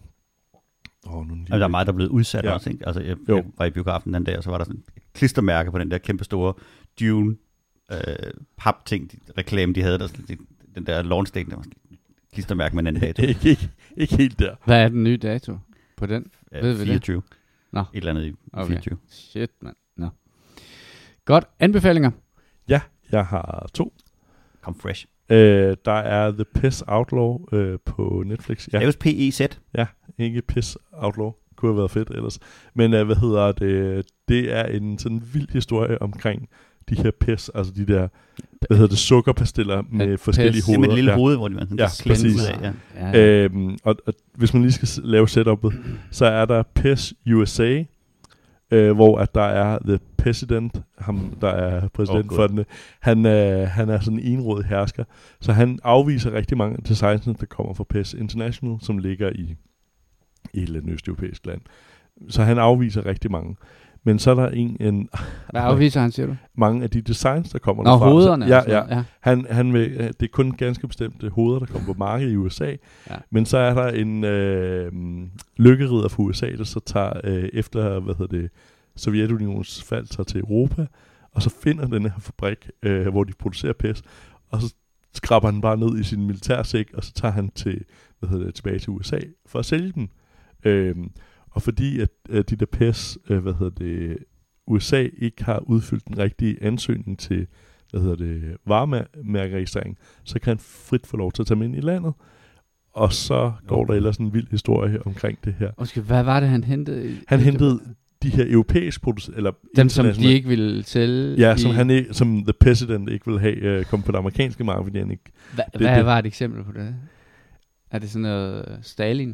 åh, nu Og der er meget, der er blevet udsat Ja. også, ikke? Altså, jeg, Jo. jeg var i biografen den dag, og så var der sådan et klistermærke på den der kæmpe store Dune øh, pap-ting, de, reklame, de havde der, sådan, de, den der launch date, der var sådan et klistermærke med en anden dato. ikke, ikke, ikke helt der. Hvad er den nye dato på den? Ja, Ved vi det? fireogtyve. Nå. Et eller andet i Okay. fireogtyve. Shit, mand. Nå. Godt. Anbefalinger? Ja, jeg har to. Kom fresh. Øh, der er The Piss Outlaw øh, på Netflix. Ja. Ja, Det er jo P E Z. ikke Piss Outlaw. Kunne have været fedt ellers. Men øh, hvad hedder det? Det er en sådan vild historie omkring de her pis, altså de der, hvad hedder det, sukkerpastiller med Pis. forskellige Det er Det er hoveder. med et lille ja. hoved, hvor de var sådan Ja, klemt præcis. ud af. Ja. Ja. Øhm, og, og hvis man lige skal s- lave setupet, så er der Piss U S A, øh, hvor at der er The President, ham der er præsident Oh, for den, han, øh, han er sådan en enrådig hersker, så han afviser rigtig mange af designsene, der kommer fra Piss International, som ligger i, i et eller andet østeuropæisk land. Så han afviser rigtig mange. Men så er der en, en Hvad afviser han, siger du? mange af de designs, der kommer Nå, derfra. hovederne. Så, ja, og sådan ja. noget. ja. Han, han vil, øh, det er kun ganske bestemte hoveder, der kommer på markedet i U S A. Ja. Men så er der en øh, lykkerider fra U S A, der så tager øh, efter, hvad hedder det, Sovjetunionens fald, tager til Europa, og så finder den her fabrik, øh, hvor de producerer pis, og så skraber han bare ned i sin militærsæk, og så tager han til, hvad hedder det, tilbage til U S A for at sælge den. Øh, og fordi at, at de der pis, øh, hvad hedder det, U S A ikke har udfyldt den rigtige ansøgning til, hvad hedder det, varemærkeregistrering, så kan han frit få lov til at tage dem ind i landet. Og så går der ellers en vild historie omkring det her. Undskyld, hvad var det, han hentede? i- Han i- hentede de her europæiske producenter, eller Dem, som de internationale- ikke ville sælge? ja, i- som han ikke, som the president ikke ville have uh, komme på det amerikanske marked, fordi han ikke... Hva, det- hvad det- var et eksempel på det? Er det sådan noget Stalin?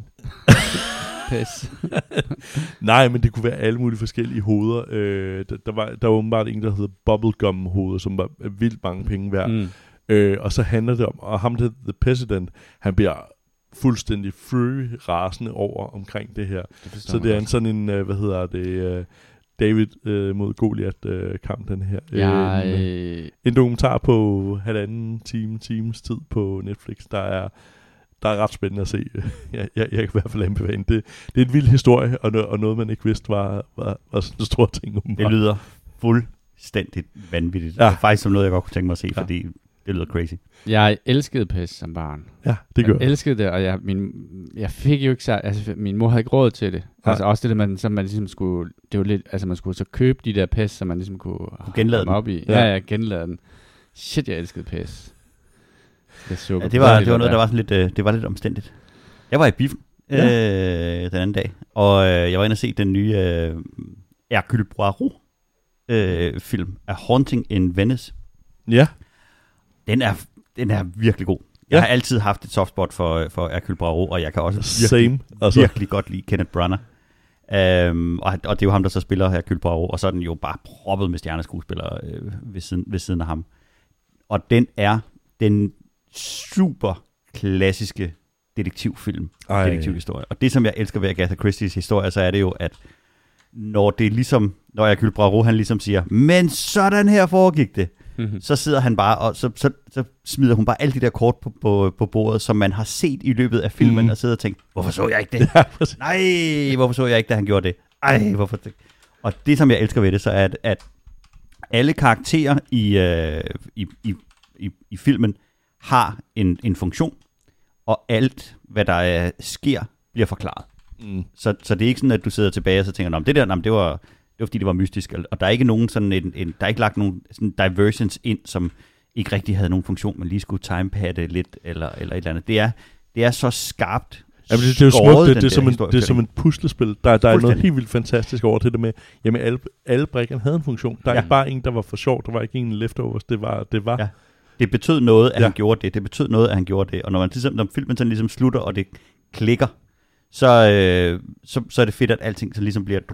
Pis. Nej, men det kunne være alle mulige forskellige hoveder. Øh, der, der, var, der var åbenbart en, der hedder bubblegum hoveder, som var vildt mange penge værd. Mm. Øh, og så handler det om, og ham der, The President, han bliver fuldstændig fury rasende over omkring det her. Det så det er en sådan en, hvad hedder det, uh, David uh, mod Goliath uh, kamp, den her. Ja, en, øh... en dokumentar på halvanden time, times tid på Netflix, der er, der er ret spændende at se. jeg, jeg, jeg kan i hvert fald anbefale det. Det er en vild historie, og, no- og noget man ikke vidste var, var, var sådan en stor ting. Um det lyder fuldstændigt vanvittigt. Ja. Det er faktisk som noget, jeg godt kunne tænke mig at se, ja. Fordi det lyder crazy. Jeg elskede P E S som barn. Ja, det gør jeg. Jeg elskede det, og jeg, min, jeg fik jo ikke så... Altså, min mor havde ikke råd til det. Ja. Altså også det, der man, som man ligesom skulle... Det var lidt... Altså, man skulle så købe de der P E S, som man ligesom kunne... Genlade den. Op i. Ja, ja, genlade den. Shit, jeg elskede P E S. Det, ja, det var, det var noget, der var sådan lidt... Øh, det var lidt omstændigt. Jeg var i biffen ja. øh, den anden dag, og øh, jeg var inde og se den nye øh, Hercule Poirot øh, film af Haunting in Venice. Ja. Den er, den er virkelig god. Jeg ja. har altid haft et softspot for, for Hercule Poirot, og jeg kan også virkelig, Same. Altså. virkelig godt lide Kenneth Branagh. Um, og, og det er jo ham, der så spiller Hercule Poirot, og så er den jo bare proppet med stjerneskuespillere øh, ved, siden, ved siden af ham. Og den er den super klassiske detektivfilm, Ej. detektivhistorie. Og det, som jeg elsker ved Agatha Christie's historie, så er det jo, at når det er ligesom, når Hercule Poirot, han ligesom siger, men sådan her foregik det, mm-hmm. så sidder han bare, og så, så, så smider hun bare alle de der kort på, på, på bordet, som man har set i løbet af filmen, mm. og sidder og tænker, hvorfor så jeg ikke det? Ja, Nej, hvorfor så jeg ikke, da han gjorde det? Ej, hvorfor det? Og det, som jeg elsker ved det, så er, at, at alle karakterer i, øh, i, i, i, i filmen har en, en funktion, og alt, hvad der øh, sker, bliver forklaret. Mm. Så, så det er ikke sådan, at du sidder tilbage og så tænker, det der, det var... Det var fordi, det var mystisk, og der er ikke nogen sådan en, en der er ikke lagt nogen sådan diversions ind, som ikke rigtig havde nogen funktion, man lige skulle timepadde lidt, eller, eller et eller andet. Det er, det er så skarpt. Ja, det, det er jo smukt, det, det, er som en, det er som en puslespil. Der, der er noget helt vildt fantastisk over det der med, jamen alle, alle brikkerne havde en funktion. Der er ja. ikke bare en, der var for sjov, der var ikke en leftovers, det var... Det, var. Ja. Det betød noget, at ja. han gjorde det. Det betød noget, at han gjorde det. Og når, man, ligesom, når filmen sådan ligesom slutter, og det klikker, Så, øh, så, så er det fedt, at alting så ligesom bliver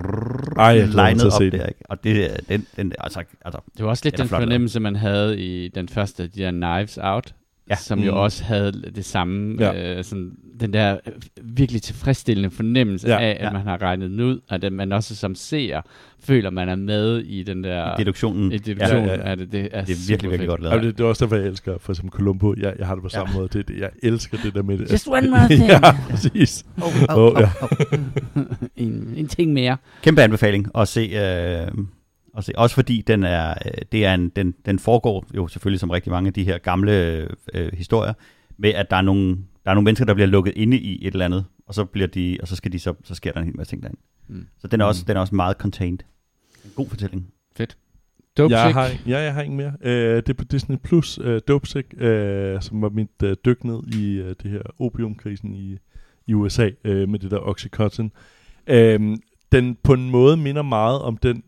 legnet op der, ikke? Og det, den, den, altså, altså, det var også lidt den fornemmelse, man havde i den første, de der Knives Out, ja. som mm. jo også havde det samme, ja. øh, sådan, den der virkelig tilfredsstillende fornemmelse ja. af, at ja. man har regnet den ud, og at man også som seer føler, man er med i den der... I deduktionen. I deduktionen ja, ja, ja. Er det, det er, det er virkelig, virkelig godt lavet. Ja, det, det er også derfor, jeg elsker for eksempel Columbo. Jeg, jeg har det på samme ja. måde. Det, det, jeg elsker det der med det. Just one more thing. Ja, præcis. Oh, oh, oh, oh, oh. en, en ting mere. Kæmpe anbefaling at se... Øh, at se. Også fordi den er, det er en, den, den foregår jo selvfølgelig som rigtig mange af de her gamle øh, historier, med at der er nogle... Der er nogle mennesker, der bliver lukket inde i et eller andet, og så bliver de, og så skal de så, så sker der en hel masse ting derinde. Mm. Så den er også, mm. den er også meget contained. En god fortælling. Fedt. Dopesick. Jeg har, ja, jeg har ikke mere. Uh, det er på Disney Plus, uh, Dopesick, uh, som var mit uh, dyk ned i uh, det her opiumkrisen i, i U S A uh, med det der Oxycontin. Uh, den på en måde minder meget om den,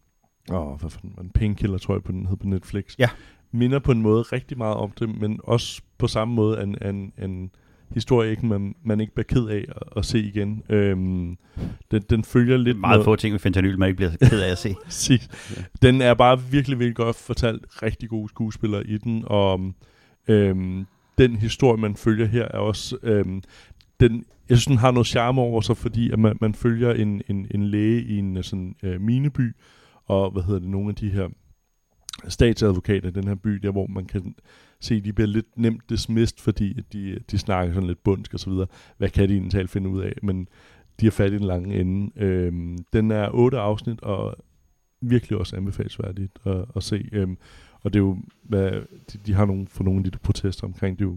åh, oh, hvad for en Painkiller, tror jeg, på den hed på Netflix. Ja. Minder på en måde rigtig meget om det, men også på samme måde en, en, en historie, ikke, man, man ikke bliver ked af at, at se igen. Øhm, den, den følger lidt... Meget noget, få ting med fentanyl, man ikke bliver ked af at se. ja. Den er bare virkelig, virkelig godt fortalt. Rigtig gode skuespillere i den, og øhm, den historie, man følger her, er også... Øhm, den, jeg synes, den har noget charme over sig, fordi at man, man følger en, en, en læge i en sådan øh, mineby, og hvad hedder det, nogle af de her statsadvokater i den her by, der hvor man kan se, de bliver lidt nemt dismissed, fordi de, de snakker sådan lidt bundsk og så videre. Hvad kan de egentlig finde ud af? Men de har fat i den lange ende. Øhm, den er otte afsnit, og virkelig også anbefalesværdigt at, at se. Øhm, og det er jo, hvad, de, de har nogle, for nogle af de protester omkring, det er jo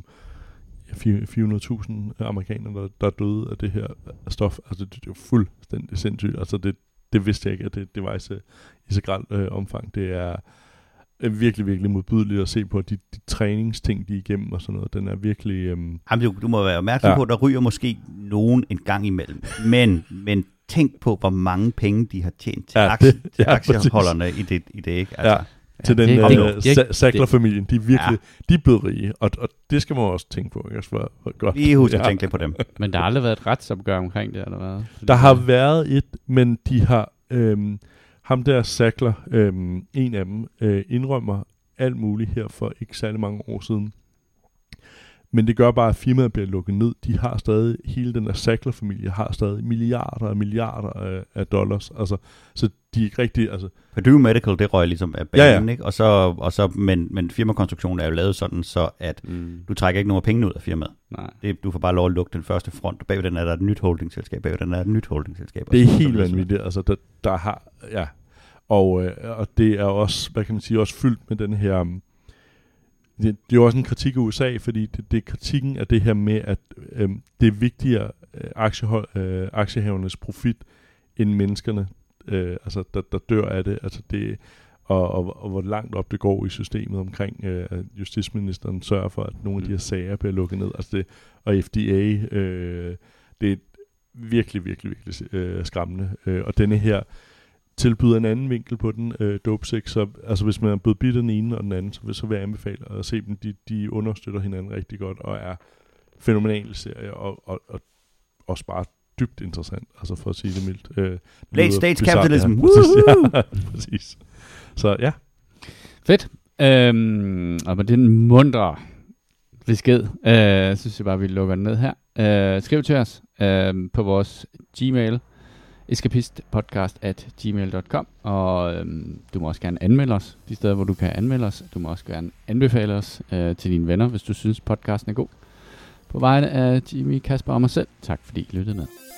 fire hundrede tusind amerikanere, der, der er døde af det her stof. Altså, det, det er jo fuldstændig sindssygt. Altså, det, det vidste jeg ikke, at det, det var i så, i så grelt øh, omfang. Det er virkelig, virkelig modbydeligt at se på de, de træningsting, de er igennem og sådan noget. Den er virkelig... Øhm... Jamen, du, du må være opmærksom ja. på, at der ryger måske nogen en gang imellem. Men, men tænk på, hvor mange penge de har tjent til, ja, aktie, det, ja, til aktieholderne i det, i det, ikke? Altså, ja. Til ja, den uh, sa- Sackler-familien, de er virkelig, ja. de er blevet rige, og, og det skal man også tænke på, ikke? For, for godt. Vi husker ja. at tænke lidt på dem. Men der har aldrig været et retsopgør omkring det, eller hvad? Fordi der har været et, men de har, øhm, ham der Sackler, øhm, en af dem, øh, indrømmer alt muligt her for ikke særlig mange år siden. Men det gør bare, at firmaet bliver lukket ned. De har stadig, hele den der Sackler-familie har stadig milliarder og milliarder af, af dollars. Altså, så de er ikke rigtig... Altså Purdue Medical, det røg ligesom af banen, ja, ja. ikke? Og så, og så, men, men firmakonstruktionen er jo lavet sådan, så at mm. du trækker ikke nogen penge ud af firmaet. Nej. Det, du får bare lov at lukke den første front, og bagved den er der et nyt holdingselskab, bagved den er et nyt holdingselskab. Det er helt vanvittigt, altså der, der har... Ja. Og, øh, og det er også, hvad kan man sige, også fyldt med den her... Det, det er jo også en kritik af U S A, fordi det, det er kritikken af det her med, at øh, det er vigtigere øh, aktiehold, øh, aktiehavernes profit end menneskerne, øh, altså der, der dør af det, altså det og, og, og hvor langt op det går i systemet omkring, øh, at justitsministeren sørger for, at nogle af de her sager bliver lukket ned, altså det, og F D A, øh, det er virkelig, virkelig, virkelig øh, skræmmende, øh, og denne her tilbyder en anden vinkel på den, øh, DopeSick, så altså hvis man er blevet bidt den ene og den anden, så vil, så vil jeg anbefale at se dem. De, de understøtter hinanden rigtig godt, og er fænomenale serier, og, og, og også bare dybt interessant, altså for at sige det mildt. Øh, Late stage capitalism, ja, præcis, ja, præcis. Så ja. Fedt. Øhm, og med den mundre besked, øh, synes jeg bare, vi lukker den ned her. Øh, skriv til os øh, på vores Gmail, escapistpodcast at gmail punktum com, og øhm, du må også gerne anmelde os de steder, hvor du kan anmelde os. Du må også gerne anbefale os øh, til dine venner, hvis du synes podcasten er god. På vegne af Jimmy, Kasper og mig selv, tak fordi I lyttede med.